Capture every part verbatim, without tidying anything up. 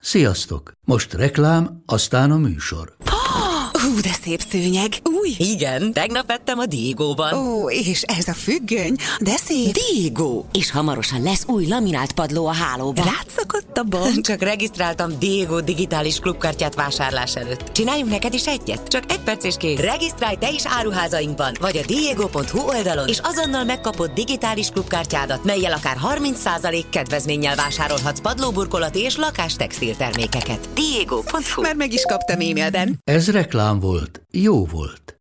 Sziasztok! Most reklám, aztán a műsor. Hú, de szép szőnyeg. Új. Igen, tegnap vettem a Diegóban. Ó, és ez a függöny, de szép. Diegó. És hamarosan lesz új laminált padló a hálóban. Rátszakadt a bank. Csak regisztráltam Diegó digitális klubkártyát vásárlás előtt. Csináljunk neked is egyet? Csak egy perc és kész. Regisztrálj te is áruházainkban, vagy a diego pont hu oldalon, és azonnal megkapod digitális klubkártyádat, mellyel akár harminc százalék kedvezménnyel vásárolhatsz padlóburkolati és lakástextil termékeket. diego pont hu. Már meg is kaptam e-mailben. Ez reklám volt, jó volt.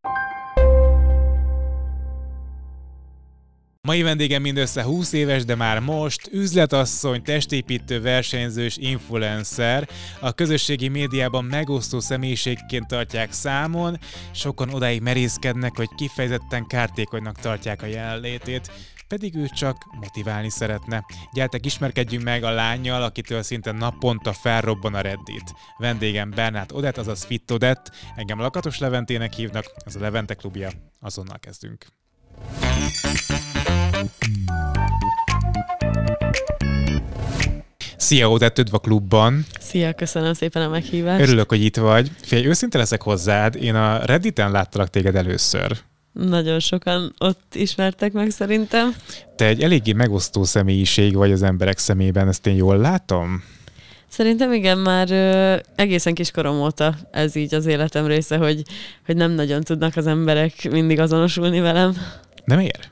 Mai vendégem mindössze húsz éves, de már most üzletasszony, testépítő, versenyzős, influencer. A közösségi médiában megosztó személyiségként tartják számon, sokan odáig merészkednek, hogy kifejezetten kártékonynak tartják a jelenlétét, pedig ő csak motiválni szeretne. Gyertek, ismerkedjünk meg a lánnyal, akitől szinte naponta felrobban a Reddit. Vendégem Bernát Odett, azaz Fit Odett, engem Lakatos Leventének hívnak, ez a Levente klubja, azonnal kezdünk. Szia, Odett, üdv a klubban! Szia, köszönöm szépen a meghívást! Örülök, hogy itt vagy. Figyelj, őszinte leszek hozzád, én a Redditen láttalak téged először. Nagyon sokan ott ismertek meg szerintem. Te egy eléggé megosztó személyiség vagy az emberek szemében, ezt én jól látom? Szerintem igen, már ö, egészen kiskorom óta ez így az életem része, hogy, hogy nem nagyon tudnak az emberek mindig azonosulni velem. De miért?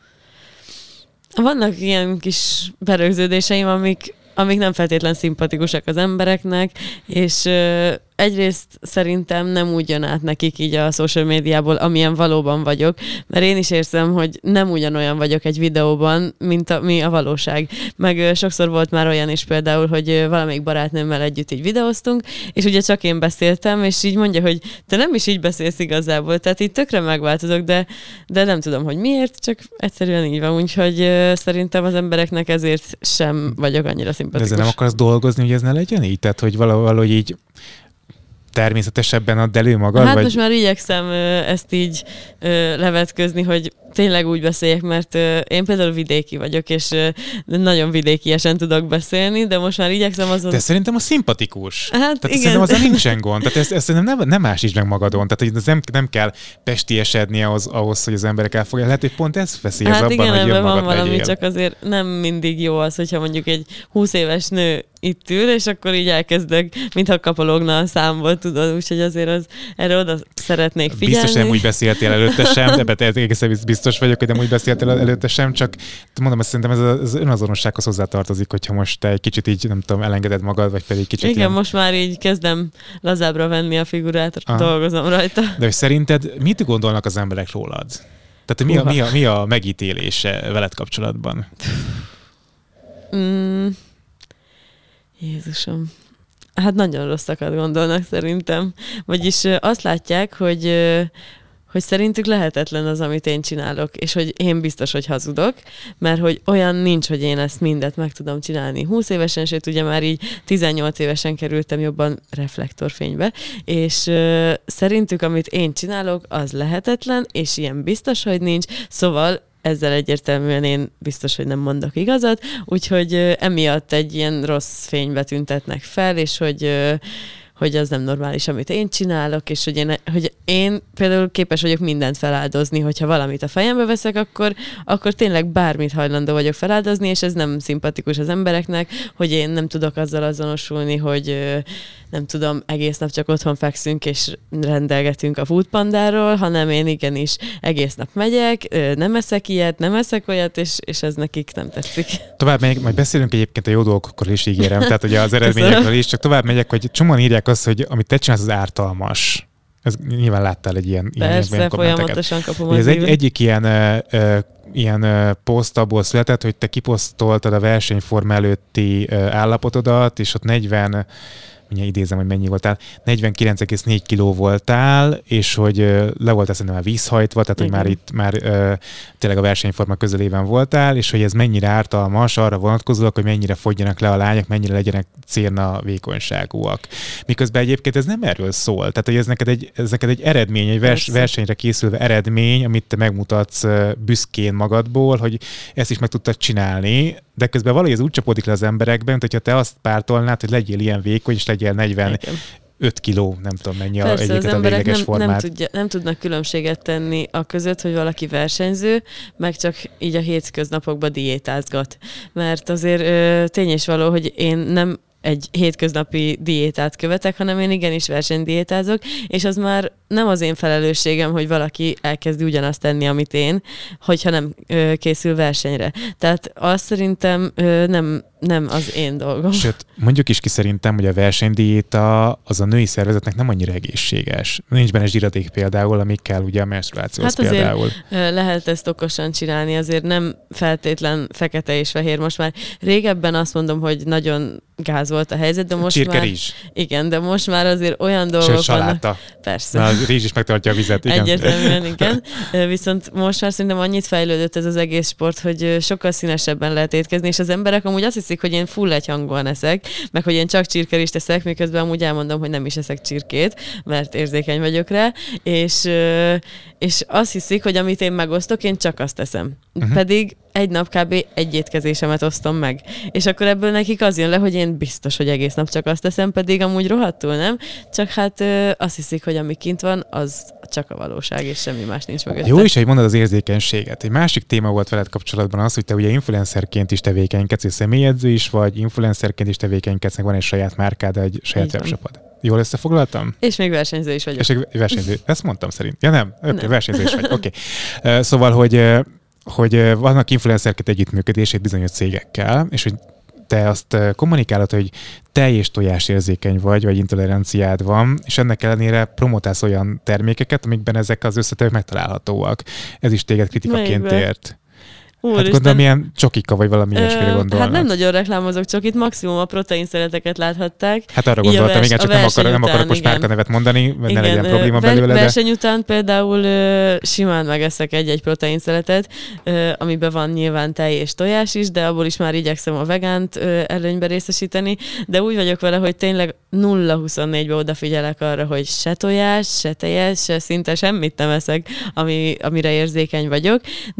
Vannak ilyen kis berögződéseim, amik, amik nem feltétlen szimpatikusak az embereknek, és ö, egyrészt szerintem nem úgy jön át nekik így a social médiából, amilyen valóban vagyok, mert én is érzem, hogy nem ugyanolyan vagyok egy videóban, mint a, mi a valóság. Meg ö, sokszor volt már olyan is például, hogy ö, valamelyik barátnőmmel együtt így videóztunk, és ugye csak én beszéltem, és így mondja, hogy te nem is így beszélsz igazából, tehát így tökre megváltozok, de, de nem tudom, hogy miért, csak egyszerűen így van, úgyhogy ö, szerintem az embereknek ezért sem vagyok annyira szimpatikus. De ezzel nem akarsz dolgozni, hogy ez ne legyen így? Tehát, hogy valahogy így természetesebben add elő magad? Hát vagy? most már igyekszem ö, ezt így ö, levetközni, hogy tényleg úgy beszéljek, mert ö, én például vidéki vagyok, és ö, nagyon vidékiesen tudok beszélni, de most már igyekszem azon... De szerintem a szimpatikus. Hát Tehát igen. szerintem azzal nincsen gond. Tehát ezt, ezt szerintem nem, nem ásítsd meg magadon. Tehát ez nem, nem kell pestiesedni ahhoz, ahhoz, hogy az emberek elfogják. Lehet, hogy pont ez veszi az Hát abban, igen, hogy ebben van önmagad valami, legyél. csak azért nem mindig jó az, hogyha mondjuk egy húsz éves nő itt ül, és akkor így elkezdek, mintha kapologna a számból, tudod, úgyhogy azért az, erre oda szeretnék figyelni. Biztos, hogy nem úgy beszéltél előtte sem, ebben egészen biztos vagyok, hogy nem úgy beszéltél előtte sem, csak mondom, azt szerintem ez az önazonossághoz hozzátartozik, hogyha most te egy kicsit így, nem tudom, elengeded magad, vagy pedig kicsit Igen, ilyen... most már így kezdem lazábbra venni a figurát, Aha. dolgozom rajta. De hogy szerinted mit gondolnak az emberek rólad? Tehát mi a, mi a, mi a megítélése veled kapcsolatban? Mm. Jézusom. Hát nagyon rosszakat gondolnak szerintem. Vagyis ö, azt látják, hogy, ö, hogy szerintük lehetetlen az, amit én csinálok, és hogy én biztos, hogy hazudok, mert hogy olyan nincs, hogy én ezt mindet meg tudom csinálni. húsz évesen, sőt ugye már így tizennyolc évesen kerültem jobban reflektorfénybe, és ö, szerintük, amit én csinálok, az lehetetlen, és ilyen biztos, hogy nincs, szóval ezzel egyértelműen én biztos, hogy nem mondok igazat, úgyhogy ö, emiatt egy ilyen rossz fénybe tüntetnek fel, és hogy, ö, hogy az nem normális, amit én csinálok, és hogy én, hogy én például képes vagyok mindent feláldozni, hogyha valamit a fejembe veszek, akkor, akkor tényleg bármit hajlandó vagyok feláldozni, és ez nem szimpatikus az embereknek, hogy én nem tudok azzal azonosulni, hogy ö, nem tudom, egész nap csak otthon fekszünk, és rendelgetünk a Foodpandáról, hanem én igenis egész nap megyek, nem eszek ilyet, nem eszek olyat, és, és ez nekik nem tetszik. Tovább megyek, majd beszélünk egyébként a jó dolgokról is, ígérem, tehát ugye az eredményekről is, csak tovább megyek, hogy csomóan írják azt, hogy amit te csinálsz, az ártalmas. Ez nyilván láttál egy ilyen, Persze, ilyen folyamatosan kapom az az egy, egyik ilyen, ö, ö, ilyen ö, poszt abból született, hogy te kiposztoltad a versenyforma előtti ö, állapotodat, és ott negyven mindjárt idézem, hogy mennyi voltál, negyvenkilenc egész négy kiló voltál, és hogy ö, le voltál szerintem már vízhajtva, tehát igen. hogy már itt már ö, tényleg a versenyforma közelében voltál, és hogy ez mennyire ártalmas arra vonatkozóak, hogy mennyire fogjanak le a lányok, mennyire legyenek cérna vékonyságúak. Miközben egyébként ez nem erről szól. Tehát, hogy ez neked egy, ez neked egy eredmény, egy vers, versenyre készülve eredmény, amit te megmutatsz büszkén magadból, hogy ezt is meg tudtad csinálni, de közben valahogy ez úgy csapódik le az emberekben, mint hogyha te azt pártolnád, hogy legyél ilyen vékony, és legyél tegyél negyven öt kiló, nem tudom mennyi a egyiket a végleges nem, formát. Nem, tudja, nem tudnak különbséget tenni a között, hogy valaki versenyző, meg csak így a hétköznapokban diétázgat. Mert azért ö, tény és való, hogy én nem egy hétköznapi diétát követek, hanem én igenis versenydiétázok, és az már nem az én felelősségem, hogy valaki elkezdi ugyanazt tenni, amit én, hogyha nem ö, készül versenyre. Tehát azt szerintem ö, nem, nem az én dolgom. Sőt, mondjuk is ki szerintem, hogy a versenydiéta az a női szervezetnek nem annyira egészséges. Nincs benne zsíradék például, amik kell ugye a menstruációhoz hát például. Azért lehet ezt okosan csinálni, azért nem feltétlen fekete és fehér. Most már régebben azt mondom, hogy nagyon gáz volt a helyzet, de most Csirke már... rizs. Igen, de most már azért olyan dolgok Sőt, saláta. vannak. Persze. Na, a rizs is megtartja a vizet, igen. Egyértelműen, igen. Viszont most már szerintem annyit fejlődött ez az egész sport, hogy sokkal színesebben lehet étkezni, és az emberek amúgy azt hiszik, hogy én full egyhangúan eszek, meg hogy én csak csirkerist eszek, miközben amúgy elmondom, hogy nem is eszek csirkét, mert érzékeny vagyok rá, és, és azt hiszik, hogy amit én megosztok, én csak azt eszem. Uh-huh. Pedig egy nap kb. Egy étkezésemet osztom meg. És akkor ebből nekik az jön le, hogy én biztos, hogy egész nap csak azt teszem, pedig amúgy rohadtul nem. Csak hát ö, azt hiszik, hogy ami kint van, az csak a valóság, és semmi más nincs mögötte. Jó is, hogy mondod az érzékenységet. Egy másik téma volt veled kapcsolatban az, hogy te ugye influencerként is tevékenykedsz, és személyedző is vagy, influencerként is tevékenykedsz, van egy saját márkád, egy saját webshopod. Jól összefoglaltam? És még versenyző is vagyok. És még versenyző. Ezt mondtam szerint. Ja nem? Oké, okay, versenyző is vagy. Oké. Okay. Uh, szóval, hogy uh, hogy vannak influencerként együttműködések bizonyos cégekkel, és hogy te azt kommunikálod, hogy tej és tojás érzékeny vagy, vagy intoleranciád van, és ennek ellenére promotálsz olyan termékeket, amikben ezek az összetevők megtalálhatóak. Ez is téged kritikaként Melyikben? ért. Úr, hát gondolom ilyen csokika, vagy valami ilyesmire gondolnak. Hát nem nagyon reklámozok csokit, maximum a protein szereteket láthatták. Hát arra gondoltam, vers, igen, csak nem, akar, nem akarok most márkanevet mondani, mert igen, ne legyen probléma ver, belőle. Verseny de... után például uh, simán megeszek egy-egy protein szeretet, uh, amiben van nyilván tej és tojás is, de abból is már igyekszem a vegánt uh, előnybe részesíteni, de úgy vagyok vele, hogy tényleg nulla huszonnégyben odafigyelek arra, hogy se tojás, se tejes, se szinte semmit nem eszek, ami, amire érzékeny vagyok,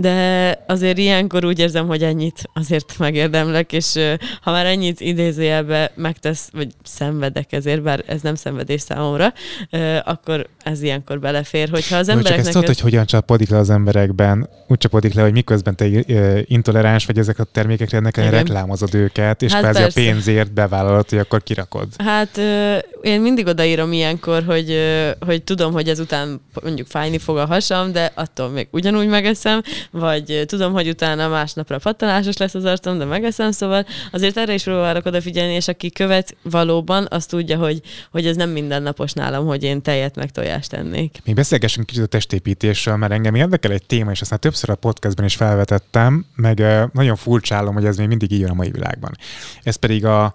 de azért ilyenkor úgy érzem, hogy ennyit azért megérdemlek, és uh, ha már ennyit idézőjelbe megtesz, vagy szenvedek ezért, bár ez nem szenvedés számomra, uh, akkor ez ilyenkor belefér, hogyha az embereknek... Csak ezt tudod, ez... hogy hogyan csapodik le az emberekben, úgy csapodik le, hogy miközben te uh, intoleráns vagy ezek a termékekre, ennek reklámozod őket, és hát kvázi persze. A pénzért bevállalod, hogy akkor kirakod. Hát uh, én mindig odaírom ilyenkor, hogy, uh, hogy tudom, hogy ezután mondjuk fájni fog a hasam, de attól még ugyanúgy megeszem, vagy uh, tudom, hogy utána másnapra pattanásos lesz az arcom, de megeszem, szóval azért erre is próbálok odafigyelni, és aki követ valóban, azt tudja, hogy, hogy ez nem mindennapos nálam, hogy én tejet meg tojást tennék. Még beszélgessünk kicsit a testépítésről, mert engem érdekel egy téma, és azt már többször a podcastben is felvetettem, meg uh, nagyon furcsálom, hogy ez még mindig így van a mai világban. Ez pedig a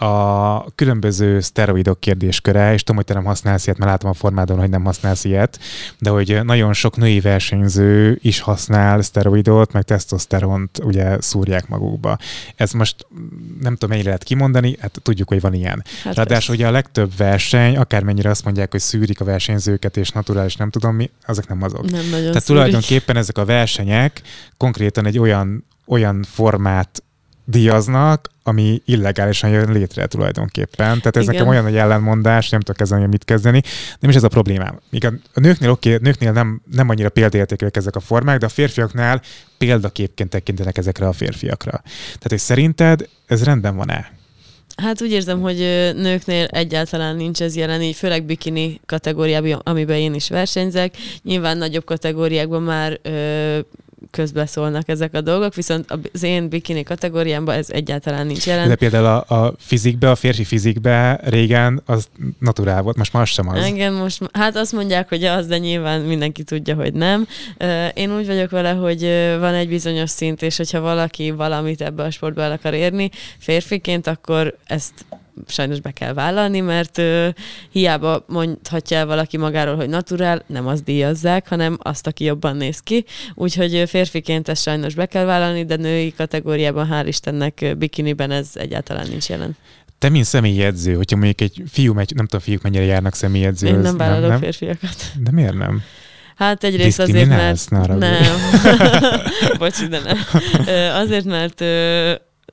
a különböző szteroidok kérdésköre, és tudom, hogy te nem használsz ilyet, mert látom a formádon, hogy nem használsz ilyet, de hogy nagyon sok női versenyző is használ szteroidot, meg tesztoszteront ugye szúrják magukba. Ez most nem tudom, mennyire lehet kimondani, hát tudjuk, hogy van ilyen. Hát ráadásul ugye a legtöbb verseny, akármennyire azt mondják, hogy szűrik a versenyzőket, és naturális nem tudom mi, azok nem azok. Nem nagyon Tehát szűrik. Tulajdonképpen ezek a versenyek konkrétan egy olyan, olyan formát díjaznak, ami illegálisan jön létre tulajdonképpen. Tehát ez Igen. nekem olyan egy ellenmondás, nem tudok ezzel mit kezdeni. Nem is ez a problémám. Míg a nőknél, oké, nőknél nem, nem annyira példaértékűek ezek a formák, de a férfiaknál példaképként tekintenek ezekre a férfiakra. Tehát, hogy szerinted ez rendben van-e? Hát úgy érzem, hogy nőknél egyáltalán nincs ez jelen, így főleg bikini kategóriában, amiben én is versenyzek. Nyilván nagyobb kategóriákban már ö, közbeszólnak ezek a dolgok, viszont az én bikini kategóriámban ez egyáltalán nincs jelen. De például a, a fizikbe, a férfi fizikbe régen az naturál volt, most már sem az. Igen, most, hát azt mondják, hogy az, de nyilván mindenki tudja, hogy nem. Én úgy vagyok vele, hogy van egy bizonyos szint, és hogyha valaki valamit ebbe a sportba el akar érni férfiként, akkor ezt sajnos be kell vállalni, mert uh, hiába mondhatja el valaki magáról, hogy naturál, nem azt díjazzák, hanem azt, aki jobban néz ki. Úgyhogy férfiként ezt sajnos be kell vállalni, de női kategóriában, hál' Istennek, bikiniben ez egyáltalán nincs jelen. Te, mint személyedző, hogyha mondjuk egy fiú megy, nem tudom, fiúk mennyire járnak személyedzőhöz. Én nem vállalok nem, férfiakat. De miért nem? Hát egyrészt azért, mert... Nem. Bocsi, de nem. Azért, mert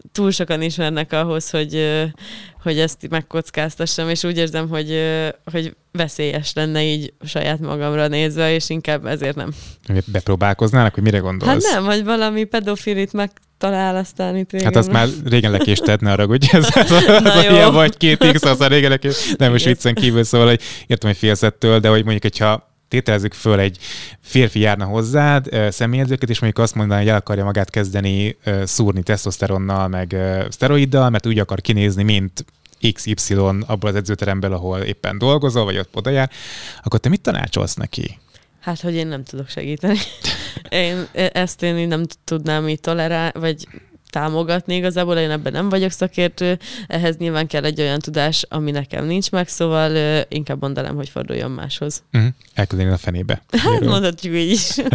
túl sokan ismernek ahhoz, hogy, hogy ezt megkockáztassam, és úgy érzem, hogy, hogy veszélyes lenne így saját magamra nézve, és inkább ezért nem. Bepróbálkoznának, hogy mire gondolsz? Hát nem, vagy valami pedofilit megtalál, aztán itt régen. Hát azt már régen lekésted, ne arra, hogy ez, ez, ez, ez a ilyen vagy két X, az a régen lekés. Nem, most viccen kívül, szóval, hogy értem, hogy félszettől, de hogy mondjuk, hogyha tételezzük föl, egy férfi járna hozzád, személyedzőket, és mondjuk azt mondaná, hogy el akarja magát kezdeni szúrni tesztoszteronnal, meg szteroiddal, mert úgy akar kinézni, mint iksz ipszilon abból az edzőteremből, ahol éppen dolgozol, vagy ott oda jár, akkor te mit tanácsolsz neki? Hát, hogy én nem tudok segíteni. Én ezt én így nem tudnám így tolerálni, vagy támogatni igazából, én ebben nem vagyok szakértő, ehhez nyilván kell egy olyan tudás, ami nekem nincs meg, szóval uh, inkább mondanám, hogy forduljon máshoz. Uh-huh. Elküldeni a fenébe. Hát mondhatjuk így is. Oké.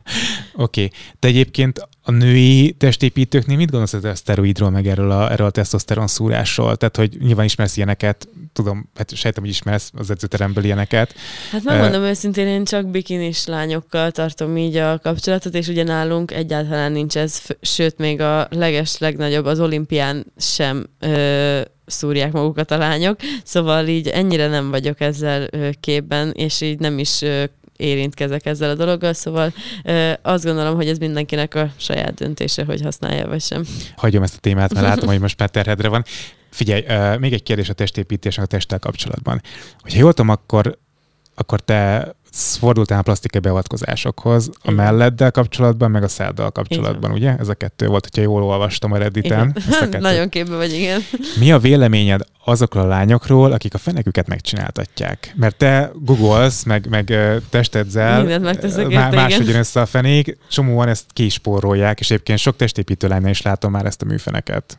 Okay. De egyébként a női testépítőknél mit gondolsz a szteroidról, meg erről a, erről a tesztoszteron szúrásról? Tehát, hogy nyilván ismersz ilyeneket, tudom, hát sejtem, hogy ismersz az edzőteremből ilyeneket. Hát megmondom uh, őszintén, én csak bikinis lányokkal tartom így a kapcsolatot, és ugye nálunk egyáltalán nincs ez, sőt, még a leges legnagyobb, az olimpián sem ö, szúrják magukat a lányok, szóval így ennyire nem vagyok ezzel ö, képben, és így nem is ö, érintkezek ezzel a dologgal, szóval ö, azt gondolom, hogy ez mindenkinek a saját döntése, hogy használja vagy sem. Hagyom ezt a témát, mert látom, hogy most már terhedre van. Figyelj, uh, még egy kérdés a testépítésnek a testtel kapcsolatban. Hogyha jól tudom, akkor, akkor te fordultál a plastikai beavatkozásokhoz, a melleddel kapcsolatban, meg a száddal kapcsolatban, ugye? Ez a kettő volt, hogyha jól olvastam a Redditen. Nagyon képbe vagy, igen. Mi a véleményed azokról a lányokról, akik a feneküket megcsináltatják? Mert te googolsz, meg, meg testedzel, má, máshogy jön össze a fenék, csomóan ezt kispórolják, és egyébként sok testépítő lánynál is látom már ezt a műfeneket.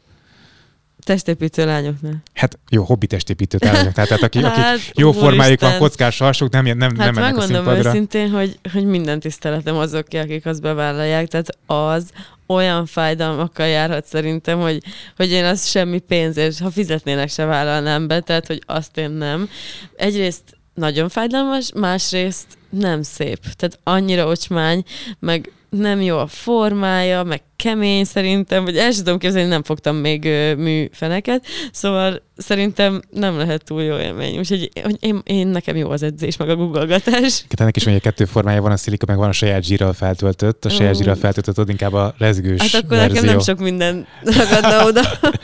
Testépítő lányoknál. Hát jó, hobbi testépítő lányok. Tehát, tehát akik, hát, akik jó formájuk van, kockás alsók, nem, nem, hát nem mennek a színpadra. Hát megmondom őszintén, hogy, hogy minden tiszteletem azok, akik azt bevállalják. Tehát az olyan fájdalmakkal járhat szerintem, hogy, hogy én azt semmi pénzért, ha fizetnének, se vállalnám be, tehát hogy azt én nem. Egyrészt nagyon fájdalmas, másrészt nem szép. Tehát annyira ocsmány, meg nem jó a formája, meg kemény szerintem, vagy el sem tudom képzelni, nem fogtam még ö, műfeneket, szóval szerintem nem lehet túl jó élmény. Úgyhogy hogy én, én nekem jó az edzés, meg a googolgatás. Ennek is mondja, kettő formája van, a szilika, meg van a saját zsírral feltöltött. A saját zsírral feltöltött, ott inkább a rezgős Hát akkor verzió. Nekem nem sok minden ragadna oda.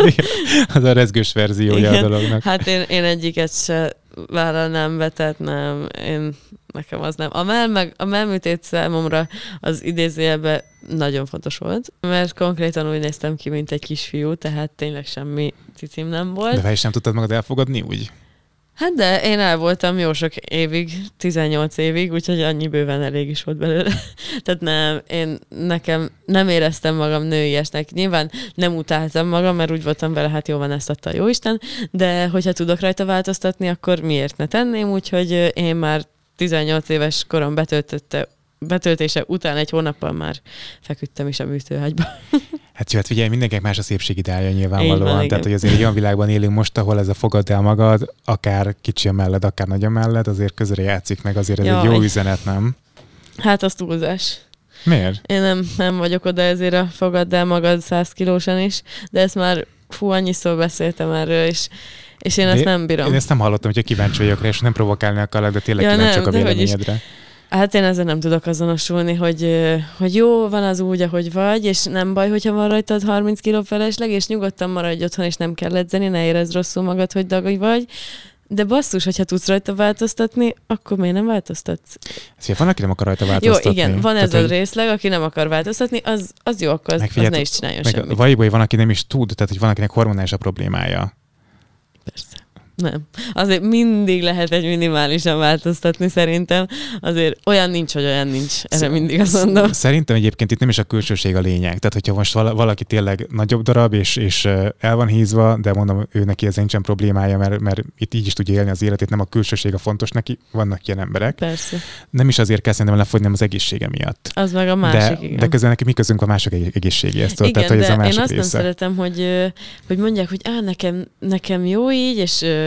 Az a rezgős verziója Igen. a dolognak. Hát én, én egyiket se vállalnám be, tehát nem, én, nekem az nem. A, mell, meg, a mellműtét számomra az idézőjelben nagyon fontos volt, mert konkrétan úgy néztem ki, mint egy kisfiú, tehát tényleg semmi cicim nem volt. De fel is nem tudtad magad elfogadni úgy? Hát de én el voltam jó sok évig, tizennyolc évig, úgyhogy annyi bőven elég is volt belőle. Tehát nem, én nekem nem éreztem magam nőiesnek. Nyilván nem utáltam magam, mert úgy voltam vele, hát jó van, ezt adta a jóisten, de hogyha tudok rajta változtatni, akkor miért ne tenném, úgyhogy én már tizennyolc éves korom betöltötte, betöltése után egy hónappal már feküdtem is a műtőágyba. Hát jó, hát figyelj, mindenkinek más a szépség ideája nyilvánvalóan. Van, tehát, hogy azért egy olyan világban élünk most, ahol ez a fogadd el magad, akár kicsi a melled, akár nagy a melled, azért közre játszik meg, azért ez Jaj. egy jó üzenet, nem? Hát az túlzás. Miért? Én nem, nem vagyok oda ezért a fogadd el magad száz kilósan is, de ezt már fú, annyiszor beszéltem erről, és, és én de ezt nem bírom. Én ezt nem hallottam, hogyha kíváncsi vagyok rá, és nem provokálni akarlak, de tényleg ja, kíváncsiak a nem, véleményedre. Hát én ezzel nem tudok azonosulni, hogy, hogy jó, van az úgy, ahogy vagy, és nem baj, hogyha van rajtad harminc kiló felesleg, és nyugodtan maradj otthon, és nem kell edzeni, ne érezd rosszul magad, hogy dagaj vagy. De basszus, hogyha tudsz rajta változtatni, akkor miért nem változtatsz? Szóval van, aki nem akar rajta változtatni. Jó, igen, van ez tehát, a részleg, aki nem akar változtatni, az, az jó, akkor az, az ne is csináljon meg semmit. Vagy van, aki nem is tud, tehát hogy van, akinek hormonális a problémája. Persze. Nem. Azért mindig lehet egy minimálisan változtatni szerintem. Azért olyan nincs, hogy olyan nincs. Erre mindig azt mondom. Szerintem egyébként itt nem is a külsőség a lényeg. Tehát, hogyha most valaki tényleg nagyobb darab, és, és el van hízva, de mondom, ő neki ez nincsen problémája, mert, mert itt így is tudja élni az életét, nem a külsőség a fontos neki, vannak ilyen emberek. Persze. Nem is azért kell szerintem lefogyni, nem az egészsége miatt. Az meg a másik, de, igen. De közben neki mi közünk van mások egészségéhez. Igen, tehát, hogy ez a másik én azt része. nem szeretem, hogy, hogy mondják, hogy á, nekem, nekem jó így, és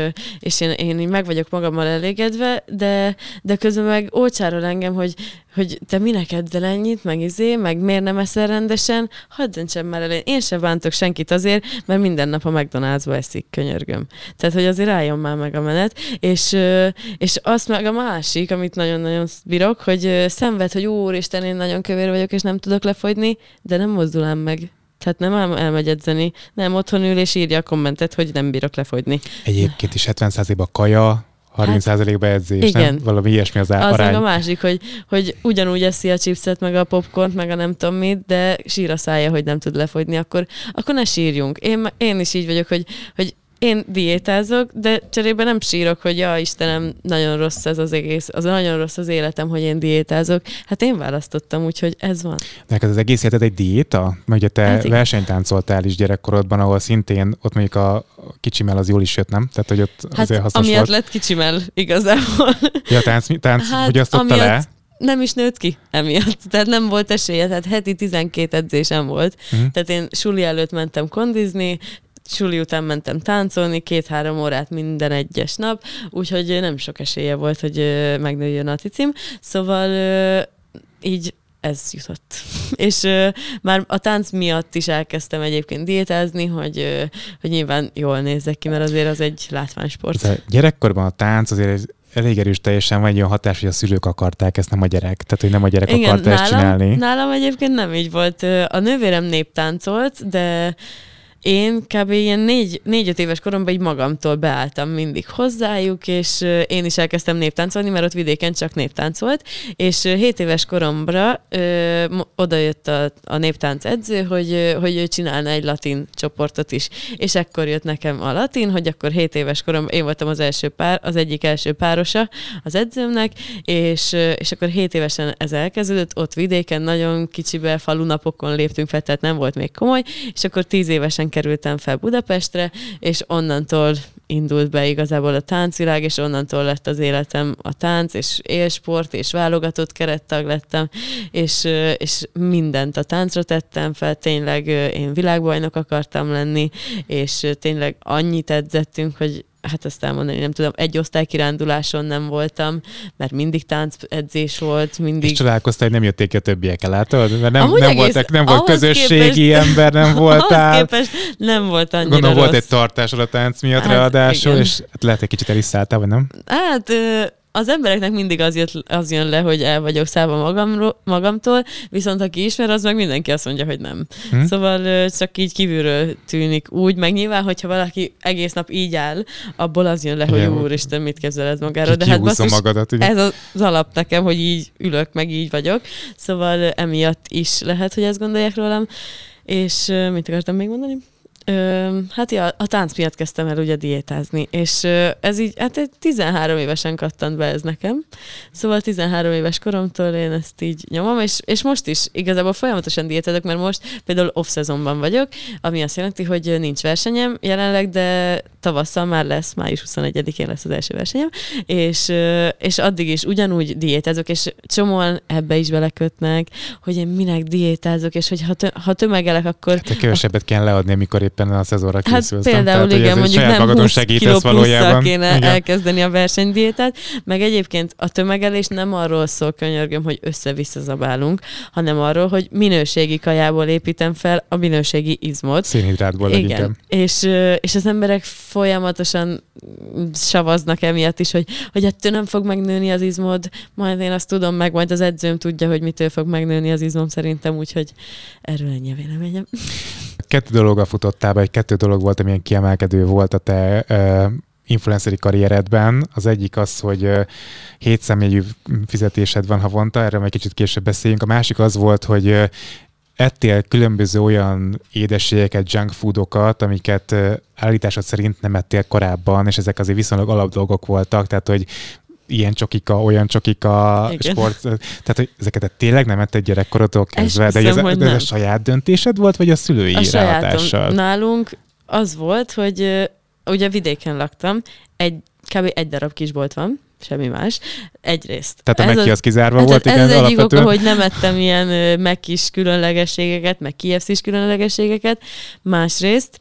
és én, én így meg vagyok magammal elégedve, de, de közben meg ócsárol engem, hogy, hogy te minek edzel ennyit, meg izé, meg miért nem eszel rendesen, hadd döntsem már el, én sem bántok senkit azért, mert minden nap a McDonald'sba eszik, könyörgöm. Tehát, hogy azért álljon már meg a menet, és, és azt meg a másik, amit nagyon-nagyon bírok, hogy szenved, hogy úristen, én nagyon kövér vagyok, és nem tudok lefogyni, de nem mozdulám meg. Tehát nem elmegy edzeni, nem otthon ül és írja a kommentet, hogy nem bírok lefogyni. Egyébként is hetven százalékban kaja, harminc százalékban edzés, igen. Nem? Valami ilyesmi az arány. Az meg a másik, hogy, hogy ugyanúgy eszi a chipset, meg a popcornt, meg a nem tudom mit, de sír a szája, hogy nem tud lefogyni, akkor, akkor ne sírjunk. Én, én is így vagyok, hogy, hogy én diétázok, de cserébe nem sírok, hogy ja, Istenem, nagyon rossz ez az egész, az nagyon rossz az életem, hogy én diétázok. Hát én választottam, úgyhogy ez van. Neked az egész életed egy diéta? Mert ugye te hát versenytáncoltál is gyerekkorodban, ahol szintén ott mondjuk a kicsimel az jól is jött, nem? Tehát, hogy ott hát azért hasznos amiatt volt. lett kicsimel igazából. Ja, tánc, tánc hát, fogyasztotta le? Nem is nőtt ki emiatt. Tehát nem volt esélye, tehát heti tizenkét edzésem volt. Uh-huh. Tehát én suli előtt mentem kondizni, suli után mentem táncolni, két-három órát minden egyes nap, úgyhogy nem sok esélye volt, hogy megnőjön a cicim. Szóval így ez jutott. És uh, már a tánc miatt is elkezdtem egyébként diétázni, hogy, uh, hogy nyilván jól nézzek ki, mert azért az egy látványsport. Ez a gyerekkorban a tánc azért elég erős teljesen van egy olyan hatás, hogy a szülők akarták ezt, nem a gyerek. Tehát, hogy nem a gyerek igen, akarta nálam, ezt csinálni. Nálam egyébként nem így volt. A nővérem néptáncolt, de én kb. Ilyen négy, négy-öt éves koromban így magamtól beálltam mindig hozzájuk, és én is elkezdtem néptáncolni, mert ott vidéken csak néptánc volt, és hét éves koromra ö, odajött a, a néptánc edző, hogy, hogy ő csinálna egy latin csoportot is. És ekkor jött nekem a latin, hogy akkor hét éves koromban én voltam az első pár, az egyik első párosa az edzőmnek, és, és akkor hét évesen ez elkezdődött, ott vidéken nagyon kicsibe falunapokon léptünk fel, tehát nem volt még komoly, és akkor tíz évesen kerültem fel Budapestre, és onnantól indult be igazából a táncvilág, és onnantól lett az életem a tánc, és élsport, és válogatott kerettag lettem, és, és mindent a táncra tettem fel, tényleg én világbajnok akartam lenni, és tényleg annyit edzettünk, hogy hát ezt elmondani, nem tudom, egy osztálykiránduláson nem voltam, mert mindig táncedzés volt, mindig... És csodálkoztál, hogy nem jötték ki a többiekkel, látod? Mert nem, nem, egész, voltak, nem volt közösségi képest, ember, nem voltál. Ahhoz képest nem volt annyira Gondolom, rossz. volt egy tartásod a tánc miatt hát, ráadásul, igen. és hát lehet egy kicsit el is szálltál, vagy nem? Hát... Az embereknek mindig az, jött, az jön le, hogy el vagyok szállva magamról, magamtól, viszont aki ismer, az meg mindenki azt mondja, hogy nem. Hm? Szóval csak így kívülről tűnik úgy, meg nyilván, hogyha valaki egész nap így áll, abból az jön le, igen, hogy úristen, mit képzeled magáról. De hát basszus, magadat, ez az alap nekem, hogy így ülök, meg így vagyok. Szóval emiatt is lehet, hogy ezt gondolják rólam. És mit akartam még mondani? Ö, hát ja, a tánc miatt kezdtem el ugye diétázni, és ö, ez így, hát tizenhárom évesen kattant be ez nekem, szóval tizenhárom éves koromtól én ezt így nyomom, és, és most is igazából folyamatosan diétázok, mert most például off-szezonban vagyok, ami azt jelenti, hogy nincs versenyem jelenleg, de tavasszal már lesz, május huszonegyedikén lesz az első versenyem, és, ö, és addig is ugyanúgy diétázok, és csomóan ebbe is belekötnek, hogy én minek diétázok, és hogy ha, tö- ha tömegelek, akkor... Hát kevesebbet a... kell leadni, amikor éppen a szezonra készülsz. Hát például Tehát, igen, mondjuk nem húsz kiló plusszal kéne igen. elkezdeni a versenydiétát, meg egyébként a tömegelés nem arról szól, könyörgöm, hogy össze-vissza zabálunk, hanem arról, hogy minőségi kajából építem fel a minőségi izmot. Szénhidrátból igen. És, és az emberek folyamatosan savaznak emiatt is, hogy, hogy ettől nem fog megnőni az izmod, majd én azt tudom meg, majd az edzőm tudja, hogy mitől fog megnőni az izmom szerintem, úgyhogy erről ennyi a véleményem. Kettő dologgal futottál be, egy kettő dolog volt, amilyen kiemelkedő volt a te uh, influenceri karrieredben. Az egyik az, hogy uh, hét személyű fizetésed van havonta, erről majd kicsit később beszéljünk. A másik az volt, hogy uh, ettél különböző olyan édességeket, junk foodokat, amiket uh, állításod szerint nem ettél korábban, és ezek azért viszonylag alapdolgok voltak, tehát hogy ilyen csokika, olyan csokika, igen. sport, tehát hogy ezeket tényleg nem etted gyerekkorodtól kezdve, de ez, de ez a saját döntésed volt, vagy a szülői a ráhatással? Sajátom. Nálunk az volt, hogy uh, ugye vidéken laktam, egy, kb. Egy darab kisbolt van, semmi más. Egyrészt. Tehát a Meki az kizárva ez volt, ez igen, az egyik alapvetően. oka, hogy nem ettem ilyen Mekis különlegességeket, meg K F C-s különlegességeket. Másrészt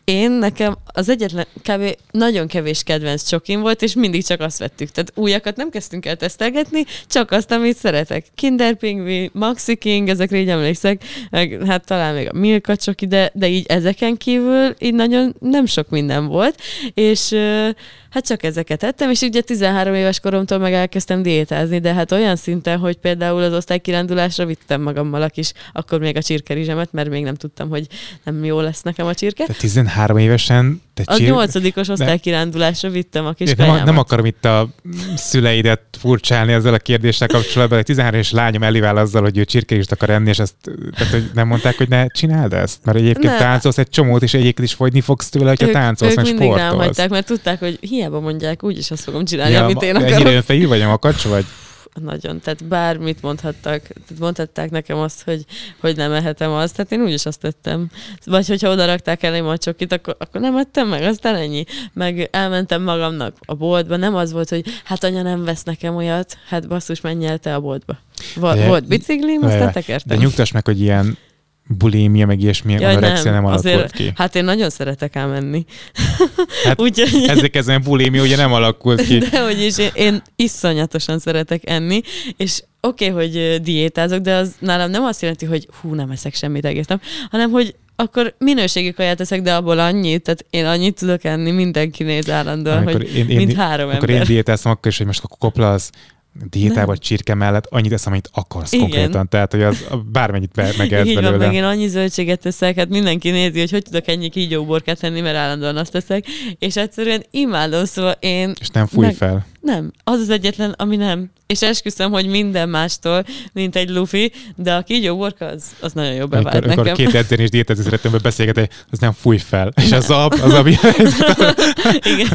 én nekem az egyetlen kb. Nagyon kevés kedvenc csokim volt, és mindig csak azt vettük. Tehát újakat nem kezdtünk el tesztelgetni, csak azt, amit szeretek. Kinder Pingvi, Maxi King, ezekre így emlékszek, meg hát talán még a Milka csoki, de, de így ezeken kívül így nagyon nem sok minden volt, és hát csak ezeket ettem, és ugye tizenhárom éves koromtól meg elkezdtem diétázni, de hát olyan szinten, hogy például az osztálykirándulásra vittem magammal a kis, akkor még a csirkerizsemet, mert még nem tudtam, hogy nem jó lesz nekem a csirke. Te tizenhárom évesen... Te a csir... nyolcadikos osztálykirándulásra vittem a kis nem, kajámat. nem akarom itt a szüleidet furcsálni ezzel a kérdéssel kapcsolatban. A tizenhárom éves lányom elivál azzal, hogy ő csirkerizst akar enni, és ezt tehát, hogy nem mondták, hogy ne csináld ezt? Mert egyébként ne. Táncolsz egy csomót, és egyébként is fogyni fogsz tőle, hogyha ők, táncolsz, ők meg mindig sportolsz. nem hagyták, mert tudták, hogy hiába mondják, úgyis azt fogom csinálni, ja, amit én akarok. Ennyire önfejű vagy a makacs, vagy? Nagyon, tehát bármit mondhattak, tehát mondhatták nekem azt, hogy, hogy nem ehetem azt, tehát én úgyis azt tettem. Vagy hogyha oda rakták elém a csokit, akkor, akkor nem ettem meg, aztán ennyi. Meg elmentem magamnak a boltba, nem az volt, hogy hát anya nem vesz nekem olyat, hát basszus, menj el te a boltba. Va- de, volt biciklim, de, aztán tekertem. De nyugtass meg, hogy ilyen bulimia, meg ilyesmi anorexia nem, nem alakult ki. Hát én nagyon szeretek elmenni. Hát Úgyhogy... ezzel kezdve bulimia ugye nem alakult ki. De hogy is, én, én iszonyatosan szeretek enni, és oké, okay, hogy diétázok, de az nálam nem azt jelenti, hogy hú, nem eszek semmit egész nap, hanem hogy akkor minőségi kaját eszek, de abból annyit, tehát én annyit tudok enni, mindenki néz állandóan, amikor hogy én, én, mint három amikor ember. én diétáztam, akkor is, hogy most akkor koplalsz diétával, csirke mellett, annyit eszem, amit akarsz. Igen. Konkrétan. Tehát, hogy az bármennyit megehetsz belőle. Így van, meg én annyi zöldséget teszek, hát mindenki nézi, hogy hogy tudok ennyi kígyóborkát enni, mert állandóan azt teszek, és egyszerűen imádom, szóval én... És nem fúj meg... fel. Nem, az az egyetlen, ami nem. És esküszöm, hogy minden mástól, mint egy lufi, de a kígyóborka az, az nagyon jó bevált amikor, nekem. Amikor két edzeni és diétázni szerettem beszélgetni, az nem fúj fel. És a zap, az ami... Igen.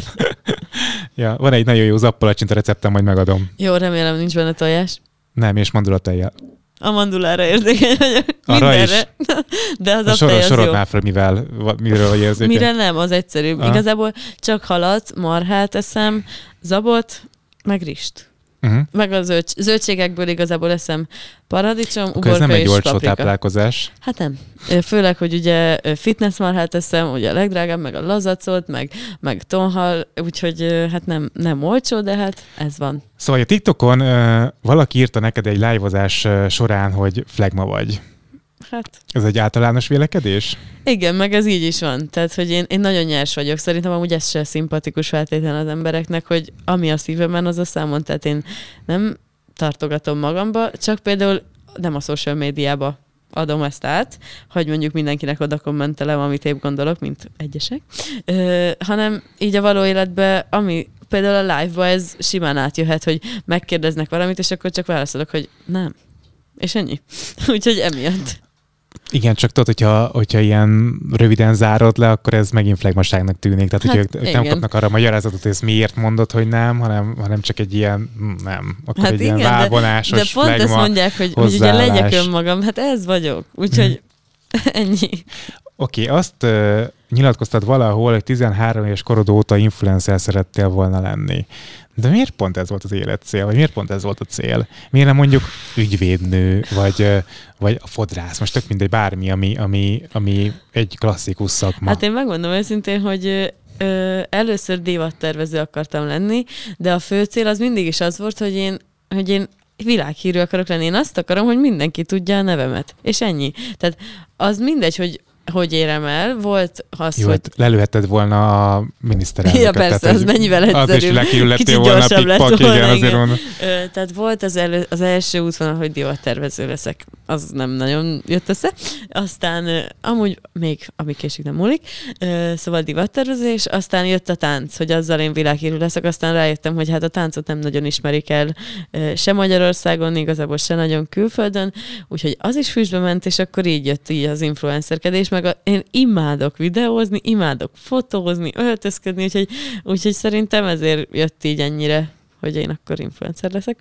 Ja, van egy nagyon jó zappalacsinta receptem, majd megadom. Jó, remélem nincs benne tojás. Nem, és mandulatejjel. A mandulára érzékeny vagyok. Arra mindenre. Is. De az a sor, az sorod jó. már fel, mivel, miről vagy érzékeny. Mire nem, az egyszerűbb. Ah. Igazából csak halat, marhát eszem, zabot, meg rist. Uh-huh. Meg a zöld, zöldségekből igazából eszem paradicsom, akkor uborka ez nem egy és olcsó paprika. táplálkozás. Hát nem. Főleg, hogy ugye fitnessmarhát eszem, ugye a legdrágább, meg a lazacot, meg, meg tonhal, úgyhogy hát nem, nem olcsó, de hát ez van. Szóval a TikTokon uh, valaki írta neked egy live-ozás uh, során, hogy flagma vagy. Hát... Ez egy általános vélekedés? Igen, meg ez így is van. Tehát, hogy én, én nagyon nyers vagyok. Szerintem amúgy ez se szimpatikus feltétlen az embereknek, hogy ami a szívemben, az a számon. Tehát én nem tartogatom magamba, csak például nem a social médiába adom ezt át, hogy mondjuk mindenkinek oda kommentelem, amit épp gondolok, mint egyesek, Ö, hanem így a való életben, ami például a live-ba ez simán átjöhet, hogy megkérdeznek valamit, és akkor csak válaszolok, hogy nem. És ennyi. Úgyhogy emiatt. Igen, csak tudod, hogyha, hogyha ilyen röviden zárod le, akkor ez megint flagmaságnak tűnik. Tehát, hát, hogy ők nem kapnak arra a magyarázatot, hogy ezt miért mondod, hogy nem, hanem, hanem csak egy ilyen nem. Akkor hát egy igen, ilyen válvonásos de, de pont ezt mondják, hogy, hogy ugye legyek önmagam. Hát ez vagyok. Úgyhogy ennyi. Oké, okay, azt uh, nyilatkoztad valahol, hogy tizenhárom éves korod óta influencer szerettél volna lenni. De miért pont ez volt az életcél? Vagy miért pont ez volt a cél? Miért nem mondjuk ügyvédnő, vagy, vagy a fodrász? Most tök mindegy, bármi, ami, ami, ami egy klasszikus szakma. Hát én megmondom őszintén, hogy ö, először divattervező akartam lenni, de a fő cél az mindig is az volt, hogy én, hogy én világhírű akarok lenni. Én azt akarom, hogy mindenki tudja a nevemet. És ennyi. Tehát az mindegy, hogy hogy érem el, volt az, jó, hogy... Hát lelőhetted volna a miniszterelnököt. Ja, persze, tehát, az mennyivel egyszerűbb. Az is világhírű lettél volna, pikpak, igen, azért mondom. Tehát volt az, elő, az első útvonal, hogy divattervező leszek. Az nem nagyon jött össze. Aztán amúgy még, ami késik nem múlik, szóval divattervező, és aztán jött a tánc, hogy azzal én világhírű leszek, aztán rájöttem, hogy hát a táncot nem nagyon ismerik el se Magyarországon, igazából se nagyon külföldön, úgyhogy az is füstbe ment, és akkor így jött így az influencerkedés, meg a, én imádok videózni, imádok fotózni, öltözködni, úgyhogy, úgyhogy szerintem ezért jött így ennyire, hogy én akkor influencer leszek.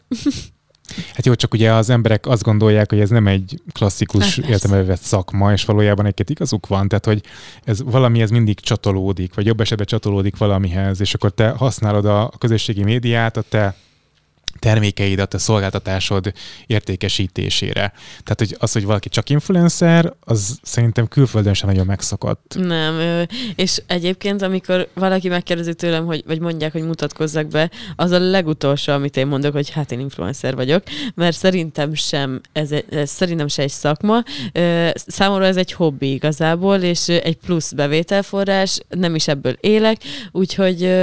Hát jó, csak ugye az emberek azt gondolják, hogy ez nem egy klasszikus hát értelembe vett szakma, és valójában egy-két igazuk van, tehát hogy ez valamihez mindig csatolódik, vagy jobb esetben csatolódik valamihez, és akkor te használod a közösségi médiát, a te termékeidet, a szolgáltatásod értékesítésére. Tehát, hogy az, hogy valaki csak influencer, az szerintem külföldön sem nagyon megszokott. Nem, és egyébként, amikor valaki megkérdezi tőlem, hogy, vagy mondják, hogy mutatkozzak be, az a legutolsó, amit én mondok, hogy hát én influencer vagyok, mert szerintem sem, ez, egy, ez szerintem se egy szakma. Számomra ez egy hobbi igazából, és egy plusz bevételforrás, nem is ebből élek, úgyhogy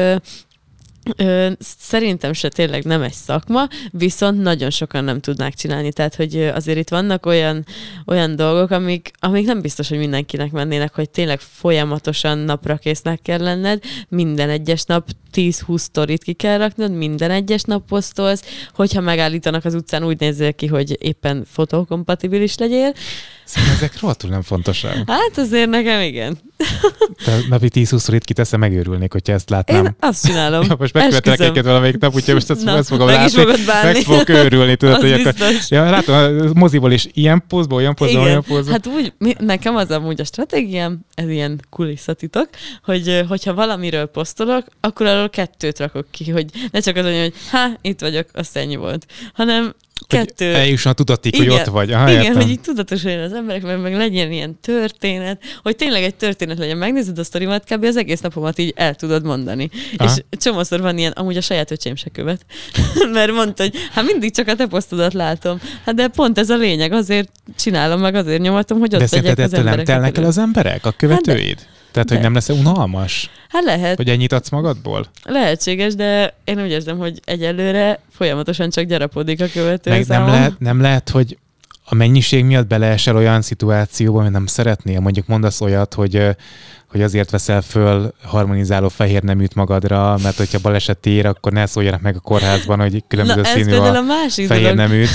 Ö, szerintem se tényleg nem egy szakma, viszont nagyon sokan nem tudnák csinálni, tehát hogy azért itt vannak olyan, olyan dolgok, amik, amik nem biztos, hogy mindenkinek mennének, hogy tényleg folyamatosan napra késznek kell lenned, minden egyes nap tíz-húsz sztorit ki kell raknod, minden egyes nap posztolsz, hogyha megállítanak az utcán, úgy nézzél ki, hogy éppen fotókompatibilis legyél. Szerintem ezek rohadtul nem fontosak. Hát azért nekem igen. Te napi tíz-húsz sztorit kiteszem, megőrülnék, hogyha ezt látnám. Én azt csinálom. Ja, most megkövetelek egyet valamelyik nap, úgyhogy most ezt, Na, ezt fogom meg látni. Meg fogok őrülni, tudod, hogy akkor... Ja, látom, a moziból is ilyen pózból, olyan pózból, olyan pózból. Hát úgy, mi, nekem az amúgy a stratégiám, ez ilyen kulisszatitok, hogy hogyha valamiről posztolok, akkor arról kettőt rakok ki, hogy ne csak az mondja, hogy há, itt vagyok, azt ennyi volt, hanem kettő... Hogy eljusson a tudatig, igen, hogy ott vagy. Aha, igen, értem. hogy így tudatosuljon az emberek, mert meg legyen ilyen történet, hogy tényleg egy történet legyen. Megnézed a sztorimat, kb. Az egész napomat így el tudod mondani. Aha. És csomószor van ilyen, amúgy a saját öcsém se követ. Mert mondta, hogy hát mindig csak a te posztodat látom. Hát de pont ez a lényeg, azért csinálom, meg azért nyomatom, hogy ott legyek az emberek. De telnek el az emberek, a követőid? Hát Tehát, hogy de. nem lesz unalmas? Hát lehet. Hogy ennyit adsz magadból? Lehetséges, de én úgy érzem, hogy egyelőre folyamatosan csak gyarapodik a követő. Meg nem lehet, nem lehet, hogy a mennyiség miatt beleesel olyan szituációba, amit nem szeretnél. Mondjuk mondasz olyat, hogy, hogy azért veszel föl harmonizáló fehér neműt magadra, mert hogyha baleset ér, akkor ne szóljanak meg a kórházban, hogy különböző Na, színű a, a fehér dolog. neműt.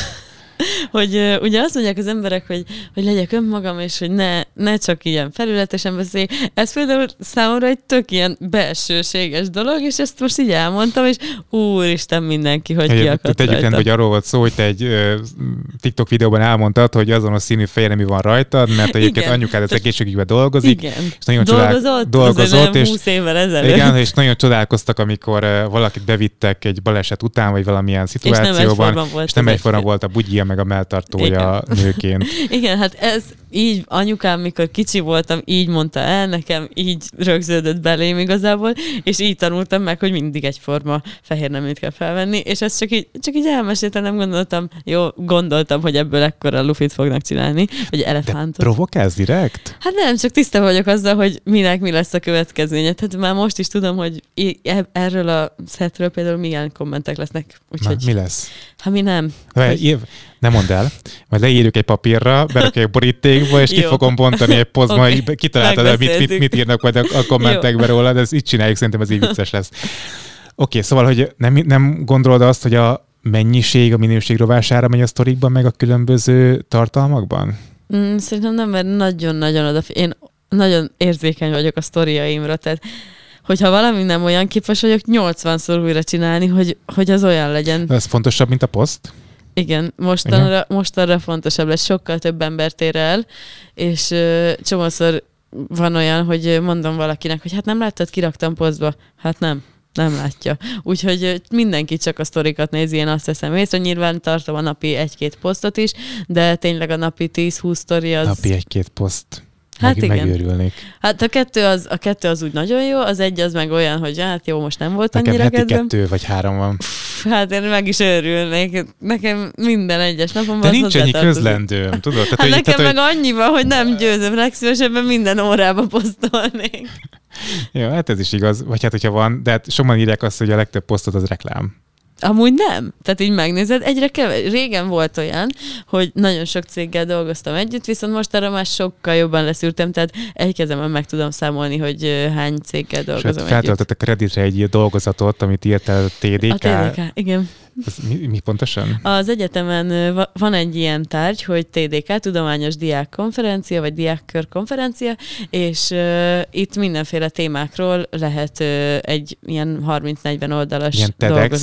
Hogy uh, ugye azt mondják az emberek, hogy, hogy legyek önmagam, és hogy ne, ne csak ilyen felületesen beszélj. Ez például számomra egy tök ilyen belsőséges dolog, és ezt most így elmondtam, és úristen mindenki, hogy kiakadt Tegyük rendben, hogy arról volt szó, hogy te egy uh, TikTok videóban elmondtad, hogy azonos színű fehér nemű van rajtad, mert egyébként anyukád az egészségügyben dolgozik. Igen. És nagyon dolgozott, dolgozott és húsz évvel ezelőtt. Igen, és nagyon csodálkoztak, amikor uh, valakit bevittek egy baleset után, vagy valamilyen szituációban, és nem egyforma volt a bugyja meg a melltartója Igen. nőként. Igen, hát ez így anyukám, mikor kicsi voltam, így mondta el nekem, így rögződött belém igazából, és így tanultam meg, hogy mindig egyforma fehér neműt kell felvenni, és ezt csak így, csak így elmeséltem, nem gondoltam, jó, gondoltam, hogy ebből ekkora lufit fognak csinálni, vagy elefántot. De provokálsz direkt? Hát nem, csak tiszta vagyok azzal, hogy minek mi lesz a következménye. Tehát már most is tudom, hogy erről a szetről például milyen kommentek lesznek. Úgyhogy... Na, mi lesz? Hát mi nem. Hogy... Nem mondd el, majd leírjuk egy papírra, berakjuk egy borítékba, és ki fogom bontani egy posztban, okay. hogy kitaláltad el, mit, mit, mit írnak majd a, a kommentekbe róla, de ezt így csináljuk, szerintem ez így vicces lesz. Oké, okay, szóval, hogy nem, nem gondolod azt, hogy a mennyiség, a minőség rovására megy a sztorikban, meg a különböző tartalmakban? Mm, szerintem nem, mert nagyon-nagyon odafigy. Én nagyon érzékeny vagyok a sztoriaimra, tehát hogyha valami nem olyan képes vagyok, nyolcvanszor újra csinálni, hogy, hogy az olyan legyen. Ez fontosabb, mint a poszt? Igen, mostanra, mostanra fontosabb lesz, sokkal több embert ér el, és uh, csomószor van olyan, hogy mondom valakinek, hogy hát nem láttad, kiraktam posztba. Hát nem, nem látja. Úgyhogy mindenki csak a sztorikat nézi, én azt teszem észre, nyilván tartom a napi egy-két posztot is, de tényleg a napi tíz-húsz sztori az... Napi egy-két poszt. Hát meg, igen. Megőrülnék. Hát a kettő, az, a kettő az úgy nagyon jó, az egy az meg olyan, hogy hát jó, most nem volt annyira kedvem. Nekem kettő vagy három van. Hát én meg is örülnék. Nekem minden egyes napom de nincs ennyi közlendőm, tudod? Tehát, hát hogy, nekem tehát, meg hogy... annyi van, hogy nem győzöm, legszívesebben minden órába posztolnék. Jó, hát ez is igaz. Vagy hát, hogyha van, de hát sokan írják azt, hogy a legtöbb posztot az reklám. Amúgy nem. Tehát így megnézed, egyre kevés. Régen volt olyan, hogy nagyon sok céggel dolgoztam együtt, viszont most arra már sokkal jobban leszűrtem, tehát egy kezemben meg tudom számolni, hogy hány céggel dolgozom együtt. Feltöltöttek a Redditre egy dolgozatot, amit írtál a té dé ká. A té dé ká, igen. Ez mi, mi pontosan? Az egyetemen van egy ilyen tárgy, hogy té dé ká, Tudományos Diákkonferencia, vagy Diákkörkonferencia, és uh, itt mindenféle témákról lehet uh, egy ilyen harminc-negyven oldalas ilyen dolgozatot. TEDx előadás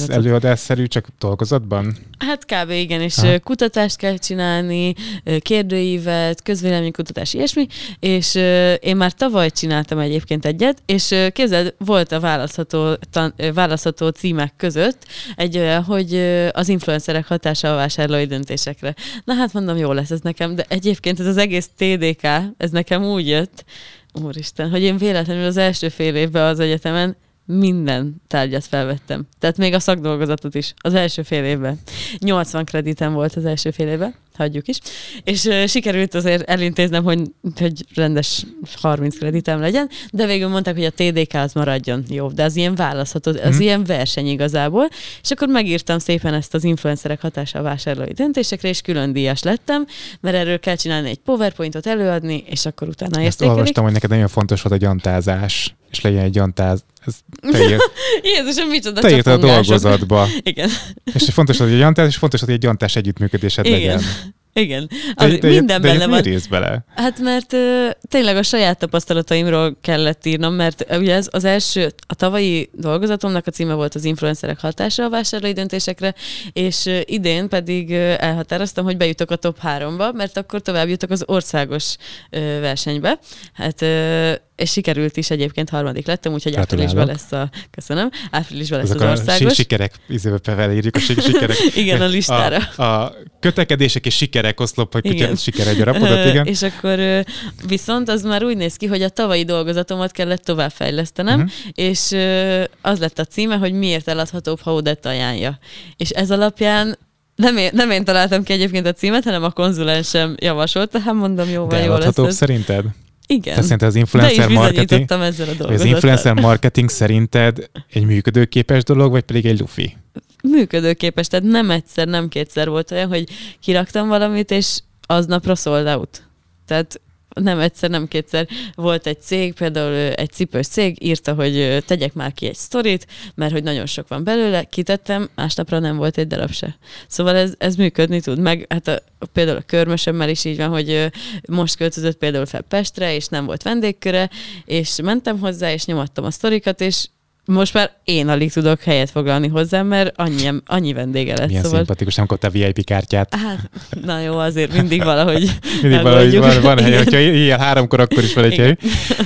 nyomozásszerű, csak dolgozatban? Hát kb. Igen, és Aha. kutatást kell csinálni, kérdőívet, közvéleménykutatás, ilyesmi, és én már tavaly csináltam egyébként egyet, és képzeld, volt a választható, tan, választható címek között egy olyan, hogy az influencerek hatása a vásárlói döntésekre. Na hát mondom, jó lesz ez nekem, de egyébként ez az egész té dé ká, ez nekem úgy jött, úristen, hogy én véletlenül az első fél évben az egyetemen minden tárgyat felvettem. Tehát még a szakdolgozatot is. Az első fél évben. nyolcvan kreditem volt az első fél évben. Hagyjuk is. És uh, sikerült azért elintéznem, hogy, hogy rendes harminc kreditem legyen, de végül mondták, hogy a té dé ká az maradjon. Jó, de az ilyen választható, az mm. ilyen verseny igazából. És akkor megírtam szépen ezt az influencerek hatása a vásárlói döntésekre, és külön díjas lettem, mert erről kell csinálni egy PowerPointot előadni, és akkor utána Ezt értékelik. olvastam, hogy neked nagyon fontos volt a gyantázás, és legyen egy gyantáz. Ez te írt, Jézusom, micsoda te írtad a csapongások. dolgozatba. Igen. És fontos, hogy egy gyantás, és fontos, hogy egy gyantás együttműködésed Igen. legyen. Igen. De, Az, de, minden de, de benne van. rész bele? Hát mert ö, tényleg a saját tapasztalataimról kellett írnom, mert ö, ugye ez az első, a tavalyi dolgozatomnak a címe volt az influencerek hatása a vásárlói döntésekre, és ö, idén pedig ö, elhatároztam, hogy bejutok a top háromba, mert akkor tovább jutok az országos ö, versenybe. Hát ö, és sikerült is, egyébként harmadik lettem, úgyhogy áprilisban lesz a, köszönöm, áprilisban lesz Ezek az a országos. sikerek, izébe írjuk a sikerek. Igen, a listára. A, a kötekedések és sikerek oszlop, hogy Igen. sikerek gyarapodat, igen. És akkor viszont az már úgy néz ki, hogy a tavalyi dolgozatomat kellett továbbfejlesztenem, uh-huh. és az lett a címe, hogy miért eladhatóbb, ha Odette ajánlja. És ez alapján nem én, nem én találtam ki egyébként a címet, hanem a konzulensem javasolta, hát mondom, jó, De van, jó lesz eladhatóbb ez. szerinted? Igen. Te szerinted az influencer De is marketing, bizonyítottam ezzel a az dolgozattal. influencer marketing szerinted egy működőképes dolog, vagy pedig egy lufi? Működőképes, tehát nem egyszer, nem kétszer volt olyan, hogy kiraktam valamit, és aznapra sold out. Tehát nem egyszer, nem kétszer. Volt egy cég, például egy cipős cég, írta, hogy tegyek már ki egy sztorit, mert hogy nagyon sok van belőle, kitettem, másnapra nem volt egy darab se. Szóval ez, ez működni tud. Meg hát a, például a körmösömmel is így van, hogy most költözött például fel Pestre, és nem volt vendégköre, és mentem hozzá, és nyomattam a sztorikat, és most már én alig tudok helyet foglalni hozzám, mert annyi, annyi vendége lett. Milyen szóval... szimpatikus, nem kaptál vé i pé kártyát. Hát, na jó, azért mindig valahogy Mindig valahogy van, van hely, hogyha ilyen háromkor, akkor is van egy hely.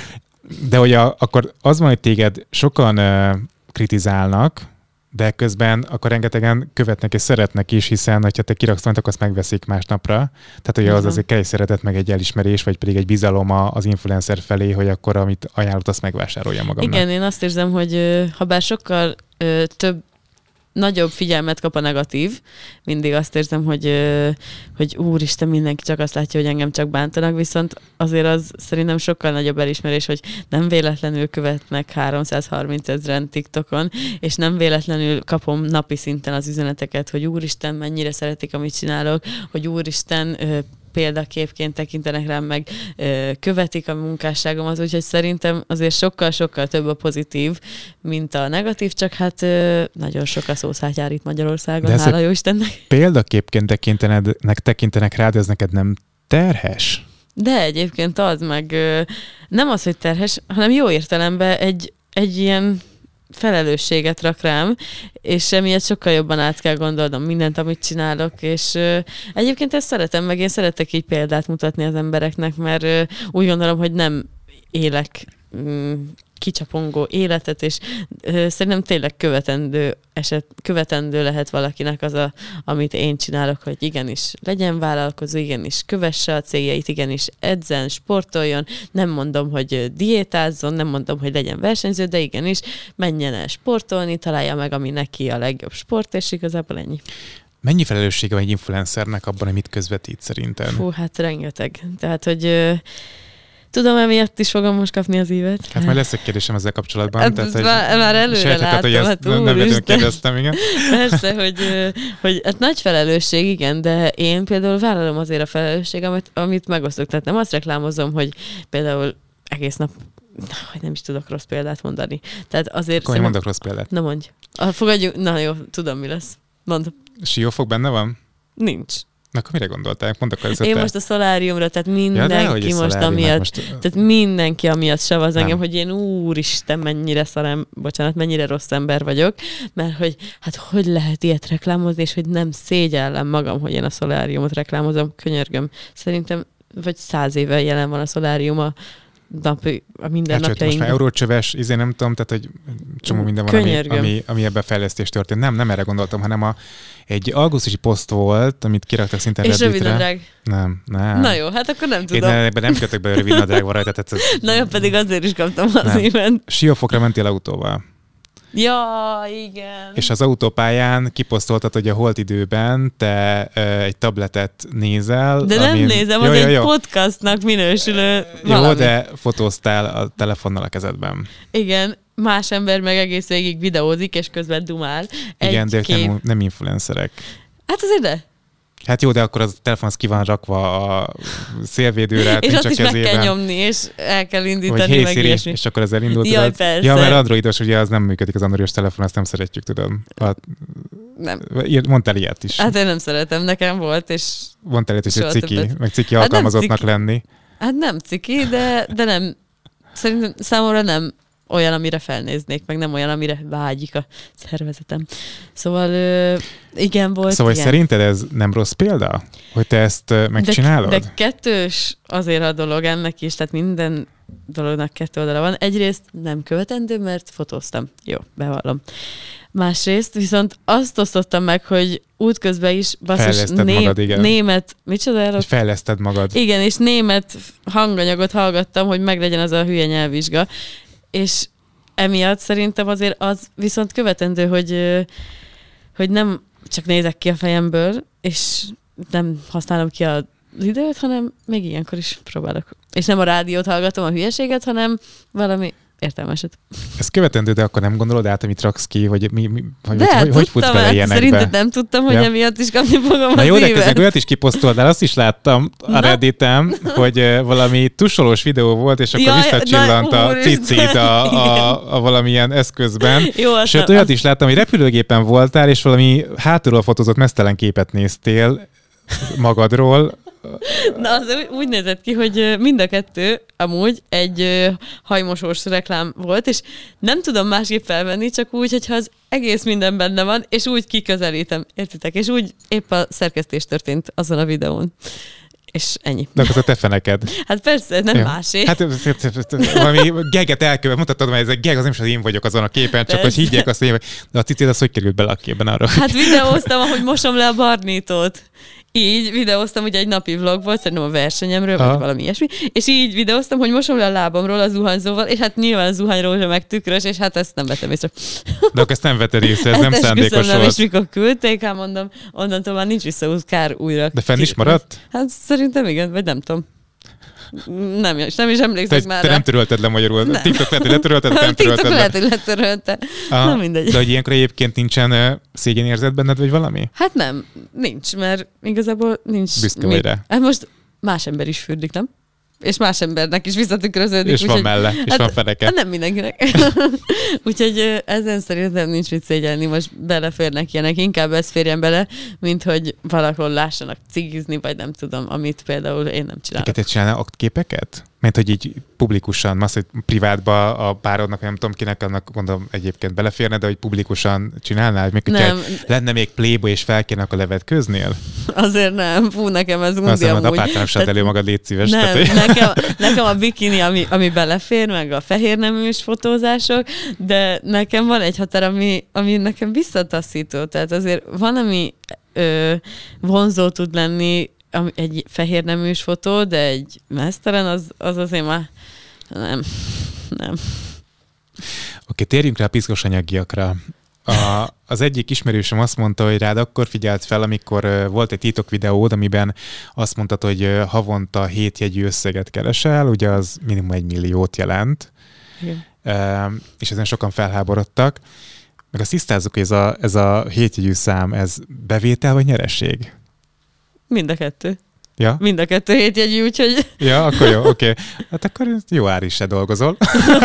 De hogy a, akkor az van, hogy téged sokan uh, kritizálnak, de közben akkor rengetegen követnek és szeretnek is, hiszen ha te kiraksz valamit, akkor azt megveszik másnapra. Tehát ugye az azért kell egy szeretet, meg egy elismerés, vagy pedig egy bizalom az influencer felé, hogy akkor amit ajánlott, azt megvásárolja magamnak. Igen, én azt érzem, hogy ha bár sokkal ö, több nagyobb figyelmet kap a negatív, mindig azt érzem, hogy, hogy úristen, mindenki csak azt látja, hogy engem csak bántanak, viszont azért az szerintem sokkal nagyobb elismerés, hogy nem véletlenül követnek háromszázharminc ezren TikTokon, és nem véletlenül kapom napi szinten az üzeneteket, hogy úristen, mennyire szeretik, amit csinálok, hogy úristen, példaképként tekintenek rám, meg ö, követik a munkásságomat, úgyhogy szerintem azért sokkal-sokkal több a pozitív, mint a negatív, csak hát ö, nagyon sok a szószátyár itt Magyarországon, de hála jó Istennek. Példaképként tekintenek, tekintenek rád, ez neked nem terhes? De egyébként az meg ö, nem az, hogy terhes, hanem jó értelemben egy, egy ilyen felelősséget rak rám, és emiatt sokkal jobban át kell gondolnom mindent, amit csinálok, és ö, egyébként ezt szeretem, meg én szeretek így példát mutatni az embereknek, mert ö, úgy gondolom, hogy nem élek mm, kicsapongó életet, és ö, szerintem tényleg követendő eset, követendő lehet valakinek az, a, amit én csinálok, hogy igenis legyen vállalkozó, igenis kövesse a céljait, igenis edzen, sportoljon, nem mondom, hogy diétázzon, nem mondom, hogy legyen versenyző, de igenis menjen el sportolni, találja meg, ami neki a legjobb sport, és igazából ennyi. Mennyi felelőssége van egy influencernek abban, hogy mit közvetít szerinted? Fú, hát rengeteg. Tehát, hogy ö, tudom, emiatt is fogom most kapni az ívet. Hát majd lesz egy kérdésem ezzel kapcsolatban. Hát, tehát, hogy már, már előre láttam, hogy ezt hát nem, nem véletlenül kérdeztem, igen. Persze, hogy, hogy hát nagy felelősség, igen, de én például vállalom azért a felelősség, amit, amit megosztok. Tehát nem azt reklámozom, hogy például egész nap, hogy nem is tudok rossz példát mondani. Tehát azért... Akkor mondok rossz példát. Na mondj. Fogadjuk, na jó, tudom mi lesz. Mondd. Siófok benne van? Nincs. Na, akkor mire gondoltál? Pont akkor Én most a szoláriumra, tehát mindenki ja, most amiatt, most... tehát mindenki amiatt savaz engem, hogy én úristen, mennyire szarem, bocsánat, mennyire rossz ember vagyok, mert hogy hát hogy lehet ilyet reklámozni, és hogy nem szégyellem magam, hogy én a szoláriumot reklámozom, könyörgöm. Szerintem vagy száz éve jelen van a szolárium a napi, a mindennapjainkban. Most már eurócsöves, izé nem tudom, tehát hogy csomó minden van, ami, ami, ami ebben fejlesztés történt. Nem, nem erre gondoltam, hanem a, egy augusztusi poszt volt, amit kiraktak szinte Redditre. És rövidnadrág. Nem, nem. Na jó, hát akkor nem tudom. Én ebben nem kötök be rövidnadrág rajta. Tehát ez... Na jó, pedig azért is kaptam az éven. Siófokra mentél autóval. Ja, igen. És az autópályán kiposztoltad, hogy a holt időben te ö, egy tabletet nézel. De nem amin... nézem, jó, az jó, egy jó. podcastnak minősülő valami. Jó, de fotóztál a telefonnal a kezedben. Igen, más ember meg egész végig videózik, és közben dumál. Igen, egy de kép... nem, nem influencerek. Hát azért de. Hát jó, de akkor az a telefon az ki van rakva a szélvédőre, és azt is kezében. meg kell nyomni, és el kell indítani, vagy hey, meg Siri, ilyesmi. és akkor az elindult. Jaj, persze. Ja, mert androidos, ugye az nem működik az androidos telefon, azt nem szeretjük, tudom. A... Nem. Mondtál ilyet is. Hát én nem szeretem, nekem volt, és... Mondtál ilyet is, hogy ciki, többet. meg ciki hát alkalmazottnak ciki. lenni. Hát nem ciki, de, de nem. Szerintem számomra nem olyan, amire felnéznék, meg nem olyan, amire vágyik a szervezetem. Szóval igen, volt Szóval ilyen. Szerinted ez nem rossz példa? Hogy te ezt megcsinálod? De, de kettős azért a dolog ennek is, tehát minden dolognak kettő oldala van. Egyrészt nem követendő, mert fotóztam. Jó, bevallom. Másrészt viszont azt osztottam meg, hogy útközben is basszus né- magad, igen. német, micsoda erről? És fejleszted magad. Igen, és német hanganyagot hallgattam, hogy meglegyen az a hülye nyelvvizsga. És emiatt szerintem azért az viszont követendő, hogy, hogy nem csak nézek ki a fejemből, és nem használom ki az időt, hanem még ilyenkor is próbálok. És nem a rádiót hallgatom, a hülyeséget, hanem valami értelmeset. Ez követendő, de akkor nem gondolod át, amit raksz ki, vagy mi, mi, hogy, de hogy, hát hogy futsz bele ilyenekbe? Szerinted nem tudtam, hogy ja. emiatt is kapni fogom Na az jó, de évet. közben olyat is kiposztoltál, azt is láttam a Redditem, hogy uh, valami tusolós videó volt, és akkor Jaj, visszacsillant na, a cicit a, a, a valamilyen eszközben. Jó, sőt, olyat is láttam, hogy repülőgépen voltál, és valami hátulról fotózott meztelen képet néztél magadról. Na, az úgy nézett ki, hogy mind a kettő amúgy egy hajmosós reklám volt, és nem tudom másképp felvenni, csak úgy, hogyha az egész minden benne van, és úgy kiközelítem, értitek? És úgy épp a szerkesztés történt azon a videón. És ennyi. De akkor a te feneked. Hát persze, nem ja. másé. Hát valami geget elkövet, mutattad, hogy ez egy geg, az nem is az én vagyok azon a képen, csak persze. Hogy higgyék azt, hogy én vagy. De a cicid az hogy került bele a képben arra? Hát videóztam, ahogy mosom le a barnítót. Így videóztam, ugye egy napi vlog volt, szerintem a versenyemről, vagy valami ilyesmi, és így videóztam, hogy mosom le a lábamról a zuhanyzóval, és hát nyilván a zuhanyrózsa meg tükrös, és hát ezt nem vettem észre. De akkor ezt nem vetted észre, ez nem szándékos volt. És mikor küldték, hát mondom, onnantól már nincs visszaút, kár újra. De fenn is maradt? Hát szerintem igen, vagy nem tudom. Nem, nem is emlékszek te, már Te rá. nem törölted le magyarul. Nem. TikTok lehet, hogy letörölted, de nem törölted TikTok le. lehet, hogy letörölte. Aha, nem mindegy. De hogy ilyenkor egyébként nincsen uh, szégyenérzet benned, vagy valami? Hát nem, nincs, mert igazából nincs. Büszke vagy rá. Hát most más ember is fürdik, nem? És más embernek is visszatükröződik. És van melle, és hát, van feneke. Hát nem mindenkinek. Úgyhogy ezen szerintem nincs mit szégyelni, most beleférnek ilyenek, inkább ez férjen bele, mint hogy valahol lássanak cigizni, vagy nem tudom, amit például én nem csinálok. Te csinálnál aktképeket? Mert hogy így publikusan, azt, hogy privátba a párodnak, nem tudom kinek, annak gondolom egyébként beleférne, de hogy publikusan csinálnál? Még nem. Lenne még Playboy és fel kéne, akkor levetköznél? Azért nem. Fú, nekem ez undi amúgy. Azt amúgy. nem tehát, elő magad, légy szíves. Nem, tehát, hogy... nekem, nekem a bikini, ami, ami belefér, meg a fehér neműs fotózások, de nekem van egy határ, ami, ami nekem visszataszító. Tehát azért van, ami ö, vonzó tud lenni, egy fehér neműs fotó, de egy mesztelen, az, az azért már nem. nem. Oké, okay, térjünk rá a piszkos anyagiakra. A, az egyik ismerősöm azt mondta, hogy rád akkor figyelt fel, amikor uh, volt egy titok videód, amiben azt mondtad, hogy uh, havonta hét jegyű összeget keresel, ugye az minimum egy milliót jelent. Igen. Uh, és ezen sokan felháborodtak. Meg azt tisztázzuk, hogy ez a, ez a hét jegyű szám, ez bevétel vagy nyereség? Mind a kettő. Ja? Mind a kettő hétjegyű, úgyhogy... Ja, akkor jó, oké. Okay. Hát akkor jó ár is se dolgozol.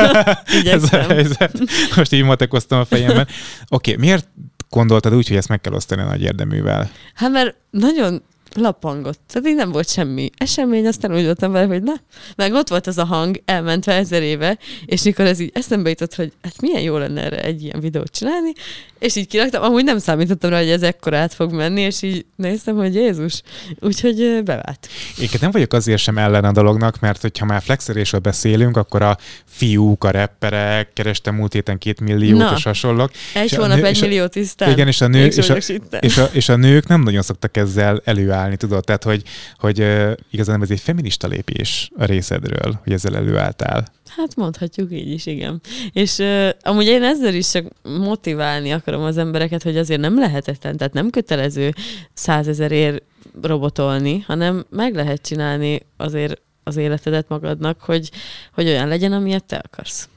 Ez a helyzet. Most így matekoztam a fejemben. Oké, okay. Miért gondoltad úgy, hogy ezt meg kell osztani a nagy érdeművel? Hát mert nagyon lappangott. Tehát így nem volt semmi esemény, aztán úgy voltam vele, hogy na, meg ott volt az a hang, elmentve ezer éve, és mikor ez így eszembe jutott, hogy hát milyen jó lenne erre egy ilyen videót csinálni, és így kiraktam, amúgy nem számítottam rá, hogy ez ekkor át fog menni, és így néztem, hogy Jézus, úgyhogy bevált. Én nem vagyok azért sem ellen a dolognak, mert hogyha már flexerésről beszélünk, akkor a fiúk, a rapperek, kerestem múlt héten két milliót, na, és hasonlók. Egy hónap egy millió tisztán. Igen, és a, nő, és, a, és, a, és a nők nem nagyon szoktak ezzel előállni, tudod? Tehát, hogy, hogy uh, igazán ez egy feminista lépés a részedről, hogy ezzel előálltál. Hát mondhatjuk így is, igen. És uh, amúgy én ezzel is csak motiválni akarom az embereket, hogy azért nem lehetetlen, tehát nem kötelező százezerért robotolni, hanem meg lehet csinálni azért az életedet magadnak, hogy, hogy olyan legyen, amilyet te akarsz.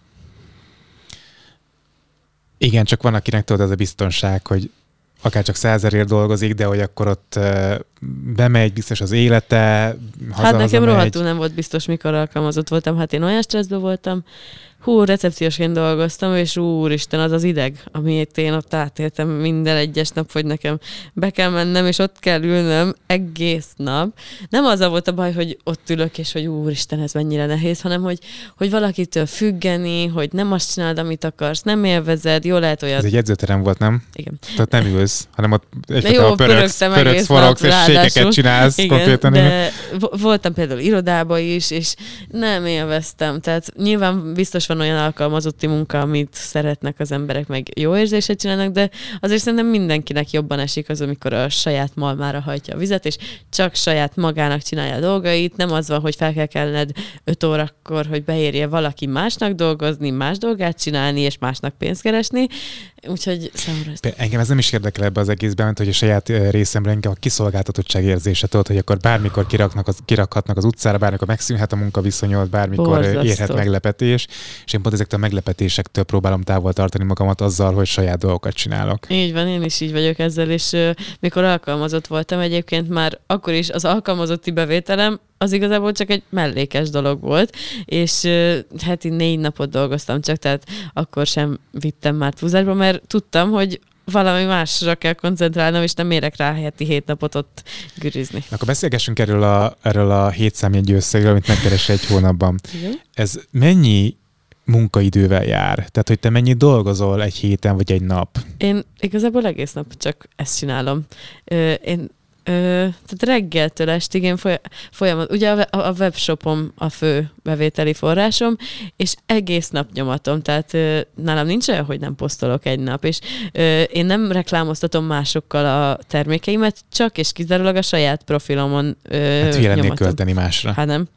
Igen, csak van, akinek tudod, az a biztonság, hogy akár csak százezerért dolgozik, de hogy akkor ott uh, bemegy biztos az élete, haza, Hát nekem haza rohadtul nem volt biztos, mikor alkalmazott voltam. Hát én olyan stresszben voltam, hú, recepciósként dolgoztam, és úristen, az az ideg, amit én ott átéltem minden egyes nap, hogy nekem be kell mennem, és ott kell ülnöm egész nap. Nem azzal volt a baj, hogy ott ülök, és hogy úristen, ez mennyire nehéz, hanem hogy, hogy valakitől függeni, hogy nem azt csinálod, amit akarsz, nem élvezed, jól lehet olyat. Ez egy edzőterem volt, nem? Igen. Tehát nem ülsz, hanem ott egyfajta pörögsz, pörögsz, forogsz, és sékeket csinálsz. Igen, konkrétan. De voltam például irodába is, és nem élveztem. Tehát nyilván biztos van olyan alkalmazotti munka, amit szeretnek az emberek, meg jó érzéset csinálnak, de azért szerintem mindenkinek jobban esik az, amikor a saját malmára hajtja a vizet, és csak saját magának csinálja a dolgait. Nem az van, hogy fel kell kelned öt órakor, hogy beérje valaki másnak dolgozni, más dolgát csinálni, és másnak pénzt keresni. Úgyhogy számomra ez... Engem ez nem is érdekel ebbe az egészben, mert hogy a saját részemre inkább a kiszolgáltatottság érzése, tudod, hogy akkor bármikor kiraknak az, kirakhatnak az utcára, bármikor megszűnhet a munkaviszonyod, bármikor Borzasztó. Érhet meglepetés, és én pont ezektől a meglepetésektől próbálom távol tartani magamat azzal, hogy saját dolgokat csinálok. Így van, én is így vagyok ezzel, és uh, mikor alkalmazott voltam egyébként már akkor is az alkalmazotti bevételem az igazából csak egy mellékes dolog volt, és uh, heti négy napot dolgoztam csak, tehát akkor sem vittem már túlzásba, mert tudtam, hogy valami másra kell koncentrálnom, és nem érek rá heti hét napot ott gürizni. Akkor beszélgessünk erről a, erről a hétszámjegyű összegről, amit megkeres egy hónapban. Igen? Ez mennyi munkaidővel jár? Tehát, hogy te mennyit dolgozol egy héten, vagy egy nap? Én igazából egész nap csak ezt csinálom. Ö, én Ö, tehát reggeltől estig én foly- folyamat, ugye a, a webshopom a fő bevételi forrásom, és egész nap nyomatom, tehát ö, nálam nincs olyan, hogy nem posztolok egy nap, és ö, én nem reklámoztatom másokkal a termékeimet, csak és kizárólag a saját profilomon ö, hát hülye lennék nyomatom. Költeni másra. Hát nem.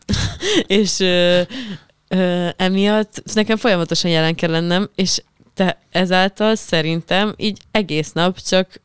és ö, ö, emiatt nekem folyamatosan jelen kell lennem, és te ezáltal szerintem így egész nap csak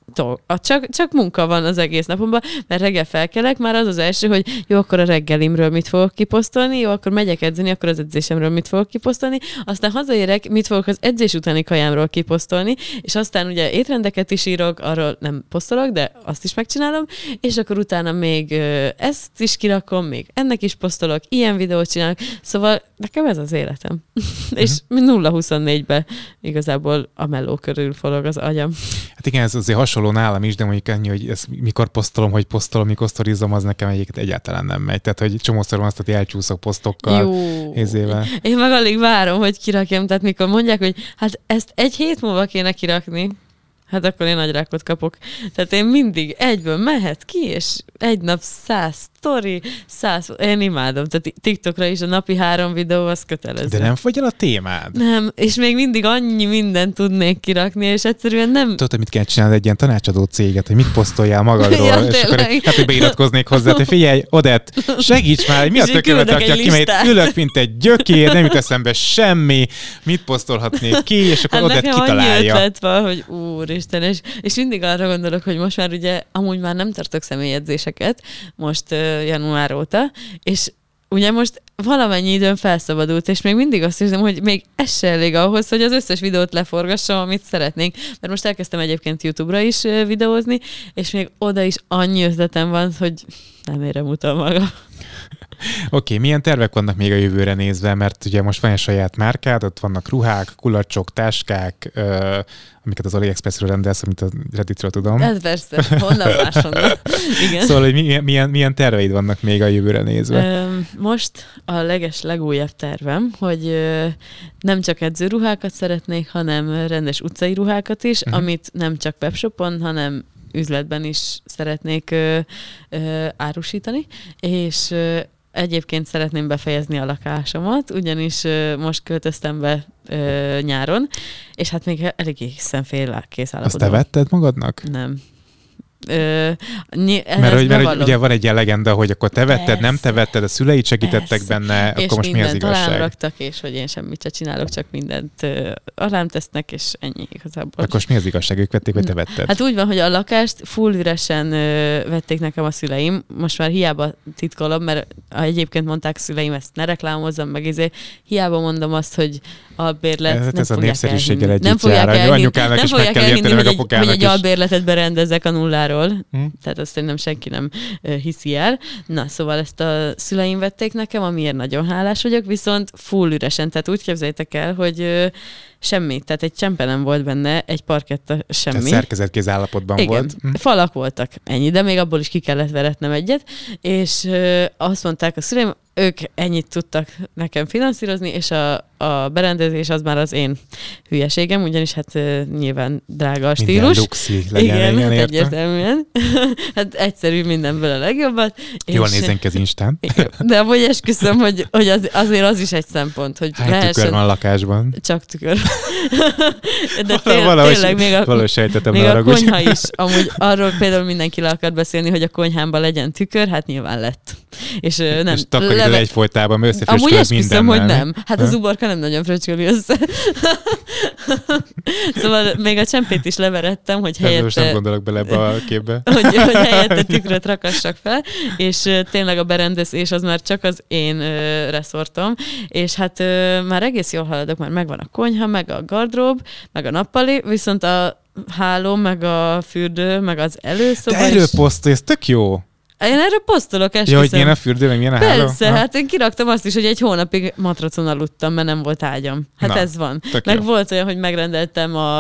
Csak, csak munka van az egész napomban, mert reggel felkelek, már az az első, hogy jó, akkor a reggelimről mit fogok kiposztolni, jó, akkor megyek edzeni, akkor az edzésemről mit fogok kiposztolni, aztán hazaérek, mit fogok az edzés utáni kajámról kiposztolni, és aztán ugye étrendeket is írok, arról nem posztolok, de azt is megcsinálom, és akkor utána még ezt is kirakom, még ennek is posztolok, ilyen videót csinálok, szóval nekem ez az életem. Uh-huh. És nulla huszonnégybe igazából a melló körül forog az agyam. Hát igen, ez azért hasonló nálam is, de mondjuk ennyi, hogy ezt mikor posztolom, hogy posztolom, mikor sztorizom, az nekem egyébként egyáltalán nem megy. Tehát, hogy csomószor van azt, hogy elcsúszok posztokkal. Ézével. Én meg alig várom, hogy kirakjam. Tehát mikor mondják, hogy hát ezt egy hét múlva kéne kirakni, hát akkor én nagy rákot kapok. Tehát én mindig egyből mehet ki, és egy nap száz sztori, száz... Én imádom. Tehát TikTokra is a napi három videó, az kötelező. De nem fogy el a témád? Nem, és még mindig annyi mindent tudnék kirakni, és egyszerűen nem... Tudod, hogy mit kell csinálni egy ilyen tanácsadó céget, hogy mit posztoljál magadról, ja, és akkor hát, hogy beiratkoznék hozzá, hogy figyelj, Odett, segíts már, mi a tökömet rakjak ki, mert ülök, mint egy gyökér, nem jut eszembe semmi, mit posztolhatnék ki, és akkor hát Odett kitalálja. Annyi ötlet van, hogy úristen, és, és mindig arra gondolok, hogy most már ugye amúgy már nem tartok személyedzéseket, most uh, január óta, és ugye most valamennyi időn felszabadult, és még mindig azt hiszem, hogy még ez se elég ahhoz, hogy az összes videót leforgassam, amit szeretnénk. Mert most elkezdtem egyébként YouTube-ra is videózni, és még oda is annyi ötletem van, hogy nem érem utal maga. okay, milyen tervek vannak még a jövőre nézve? Mert ugye most van egy saját márkád, ott vannak ruhák, kulacsok, táskák, ö, amiket az AliExpressről rendelsz, amit a Redditről tudom. Ez persze, honnan máshonnan. Igen. Szóval, hogy milyen, milyen, milyen terveid vannak még a jövőre nézve? Ö, most a leges legújabb tervem, hogy ö, nem csak edzőruhákat szeretnék, hanem rendes utcai ruhákat is, uh-huh. amit nem csak webshopon, hanem üzletben is szeretnék ö, ö, árusítani, és ö, egyébként szeretném befejezni a lakásomat, ugyanis ö, most költöztem be ö, nyáron, és hát még elég egészen fél kész állapotban. Azt te vetted magadnak? Nem. Ö, ny- mert hogy, mert hogy ugye van egy ilyen legenda, hogy akkor te vetted, persze, nem te vetted, a szüleid segítettek persze. benne, és akkor most mi az igazság? És mindent raktak, és hogy én semmit sem csinálok, csak mindent uh, alám tesznek, és ennyi igazából. Akkor most mi az igazság? Ők vették, vagy te vetted? Hát úgy van, hogy a lakást full üresen uh, vették nekem a szüleim. Most már hiába titkolom, mert egyébként mondták a szüleim, ezt ne reklámozzam meg, ezért hiába mondom azt, hogy albérlet, ez, nem ez a népszerűséggel együtt nem fogják elhinni, anyukának is meg kell érteni, meg apukának hogy egy albérletet berendezzek a nulláról. Hmm. Tehát azt szerintem senki nem uh, hiszi el. Na, szóval ezt a szüleim vették nekem, amiért nagyon hálás vagyok, viszont full üresen. Tehát úgy képzeljétek el, hogy uh, semmi. Tehát egy csempe nem volt benne, egy parketta semmi. Tehát szerkezetkéz állapotban igen, volt. Hm. Falak voltak, ennyi, de még abból is ki kellett veretnem egyet. És uh, azt mondták a szüleim, ők ennyit tudtak nekem finanszírozni, és a, a berendezés az már az én hülyeségem, ugyanis hát uh, nyilván drága a stílus. Minden luxi legyen. Igen, legyen hát egyértelműen. Hát egyszerű mindenből a legjobbat. Jól nézzen ki az Instán. De amúgy esküszöm, hogy, hogy az, azért az is egy szempont, hogy hány lehessen... tükör van a lakásban? Csak tükör. De tél, valahogy, tényleg még a, még a konyha is. Amúgy arról például mindenki le akar beszélni, hogy a konyhámban legyen tükör, hát nyilván lett. És, nem, és takarítod leve... egyfolytában, mert összefröcskölöd mindennel. Amúgy esküszöm, hogy nem. Hát az uborka nem nagyon fröcsköli össze. Szóval még a csempét is leverettem, hogy helyette... Most nem gondolok bele ebbe a képbe. hogy, hogy helyette tükröt rakassak fel, és tényleg a berendezés az már csak az én ö, reszortom, és hát ö, már egész jól haladok, már megvan a konyha, meg a gardrób, meg a nappali, viszont a háló, meg a fürdő, meg az előszoba. De erről posztolj, ez tök jó. Én erről posztolok, esküszöm. Ja, hogy milyen a fürdő, meg milyen a háló? Persze, hát én kiraktam azt is, hogy egy hónapig matracon aludtam, mert nem volt ágyam. Hát na, ez van. Meg jó. Volt olyan, hogy megrendeltem a,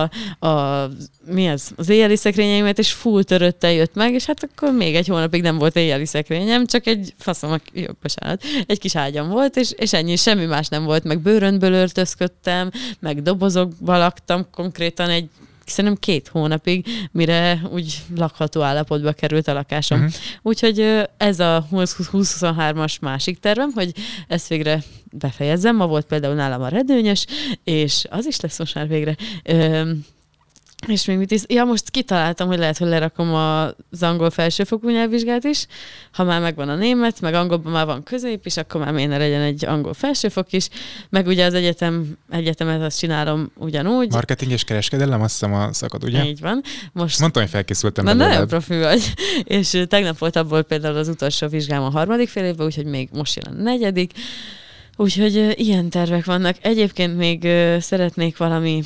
a mi ez? Az éjjeli szekrényeimet, és full töröttel jött meg, és hát akkor még egy hónapig nem volt éjjeli szekrényem, csak egy faszom, jó, bocsánat, egy kis ágyam volt, és, és ennyi, semmi más nem volt, meg bőrönből öltözködtem, meg dobozokba laktam konkrétan egy szerintem két hónapig, mire úgy lakható állapotba került a lakásom. Uh-huh. Úgyhogy ez a húsz-huszonhármas másik tervem, hogy ezt végre befejezzem. Ma volt például nálam a redőnyös, és az is lesz most már végre. Üm, És még mit is? Ja, most kitaláltam, hogy lehet, hogy lerakom az angol felsőfokú nyelvvizsgát is. Ha már megvan a német, meg angolban már van közép is, akkor már miért ne legyen egy angol felsőfok is. Meg ugye az egyetem, egyetemet azt csinálom ugyanúgy. Marketing és kereskedelem, azt hiszem a szakad, ugye? Így van. Most mondtam, hogy felkészültem. Na, nagyon profi vagy. És tegnap volt abból például az utolsó vizsgám a harmadik fél évben, úgyhogy még most jön a negyedik. Úgyhogy uh, ilyen tervek vannak. Egyébként még uh, szeretnék valami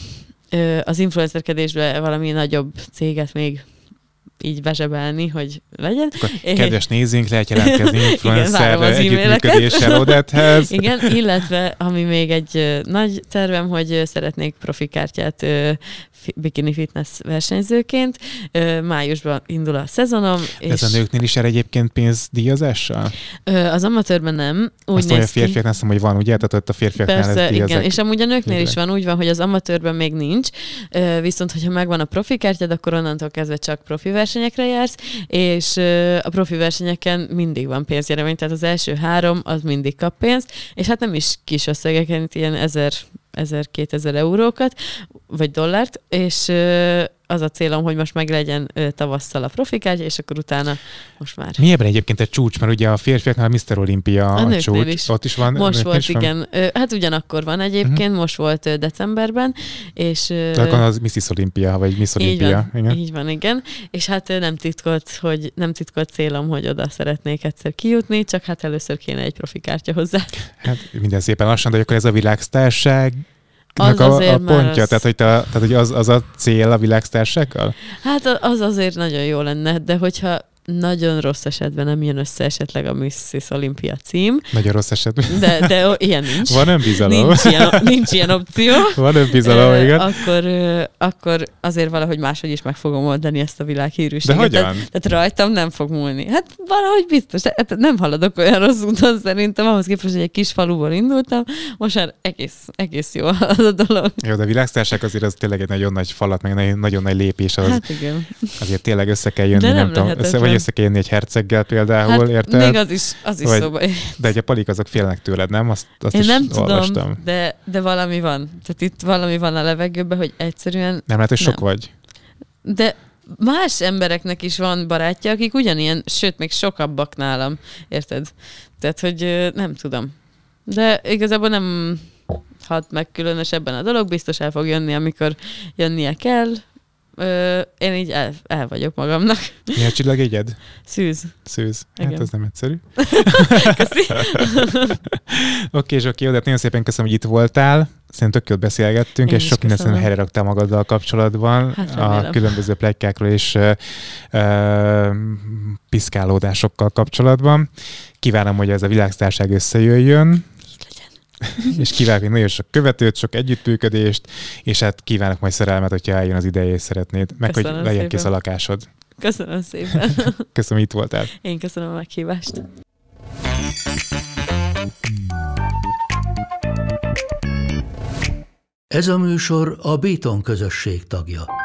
az influencerkedésbe valami nagyobb céget még így bezsebelni, hogy legyen. Akkor kedves nézőink, lehet jelentkezni influencer együttműködéssel Odettehez. Igen, illetve ami még egy nagy tervem, hogy szeretnék profikártyát bikini fitness versenyzőként. Májusban indul a szezonom. De ez a nőknél is er egyébként pénzdíjazással? Az amatőrben nem. Úgy azt mondja, a férfiak nem mondom, hogy van, ugye? Tehát ott a férfiaknál persze, ez díjazák. Igen, és amúgy a nőknél Végre. Is van, úgy van, hogy az amatőrben még nincs, viszont hogyha megvan a profikártyád, akkor onnantól kezdve csak profi versenyekre jársz, és a profi versenyeken mindig van pénzjeremény, tehát az első három az mindig kap pénzt, és hát nem is kis összegeken, itt ilyen ezer ezer-kétezer eurókat, vagy dollárt, és az a célom, hogy most meg legyen tavasszal a profikártya, és akkor utána most már. Mi ebben egyébként egy csúcs, mert ugye a férfiaknál a miszter Olimpia a, a csúcs. Is. Ott is van. Most volt, igen. Van? Hát ugyanakkor van egyébként, uh-huh. most volt decemberben, és... Tehát az missis Olimpia, vagy Miss Olimpia. Így van, igen. Így van, igen. És hát nem titkolt, hogy nem titkolt célom, hogy oda szeretnék egyszer kijutni, csak hát először kéne egy profikártya hozzá. Hát minden szépen lassan, de akkor ez a világsztárság az a, a pontja, az... tehát hogy, te, tehát, hogy az, az a cél a világsztársággal? Hát az azért nagyon jó lenne, de hogyha nagyon rossz esetben nem jön össze esetleg a missus Olympia cím. Nagyon rossz esetben. De, de ilyen nincs. Van önbizalom. Nincs ilyen, nincs ilyen opció. Van önbizalom, uh, igen. Akkor, uh, akkor azért valahogy máshogy is meg fogom oldani ezt a világhírűséget. De hogyan? Tehát, tehát rajtam nem fog múlni. Hát valahogy biztos. Hát nem haladok olyan rossz úton szerintem, ahhoz képest, hogy egy kis faluból indultam, most már egész, egész jó az a dolog. Jó, de a világsztárság azért az tényleg egy nagyon nagy falat, meg egy nagyon nagy lépés. Az, hát igen. Azért tényleg össze kell jönni, De nem, nem tudom, össze, vagy össze kell jönni egy herceggel például, hát érted? még az is, az is vagy, szóba. De egy a palik azok félnek tőled, nem? Azt, azt Én is nem olvastam. tudom, de, de valami van. Tehát itt valami van a levegőben, hogy egyszerűen... Nem lehet, hogy sok nem. vagy? De más embereknek is van barátja, akik ugyanilyen, sőt, még sokabbak nálam, érted? Tehát, hogy nem tudom. De igazából nem hat meg különösebben a dolog, biztos el fog jönni, amikor jönnie kell. Ö, én így el, el vagyok magamnak. Mi a csillagjegyed? Szűz. Szűz. Igen. Hát ez nem egyszerű. Köszi. Oké, Zsoki, jó, de nagyon szépen köszönöm, hogy itt voltál. Szerintem tök jót beszélgettünk, Én és is sok mindent köszönöm. helyre raktál magaddal kapcsolatban. Hát a remélem. különböző pletykákról és uh, uh, piszkálódásokkal kapcsolatban. Kívánom, hogy ez a világsztárság összejöjjön. És kívánok még nagyon sok követőt, sok együttműködést, és hát kívánok majd szerelmet, hogyha eljön az ideje, és szeretnéd. Meg, Köszönöm hogy legyen szépen. kész a lakásod. Köszönöm szépen. Köszönöm, itt voltál. Én köszönöm a meghívást. Ez a műsor a Béton közösség tagja.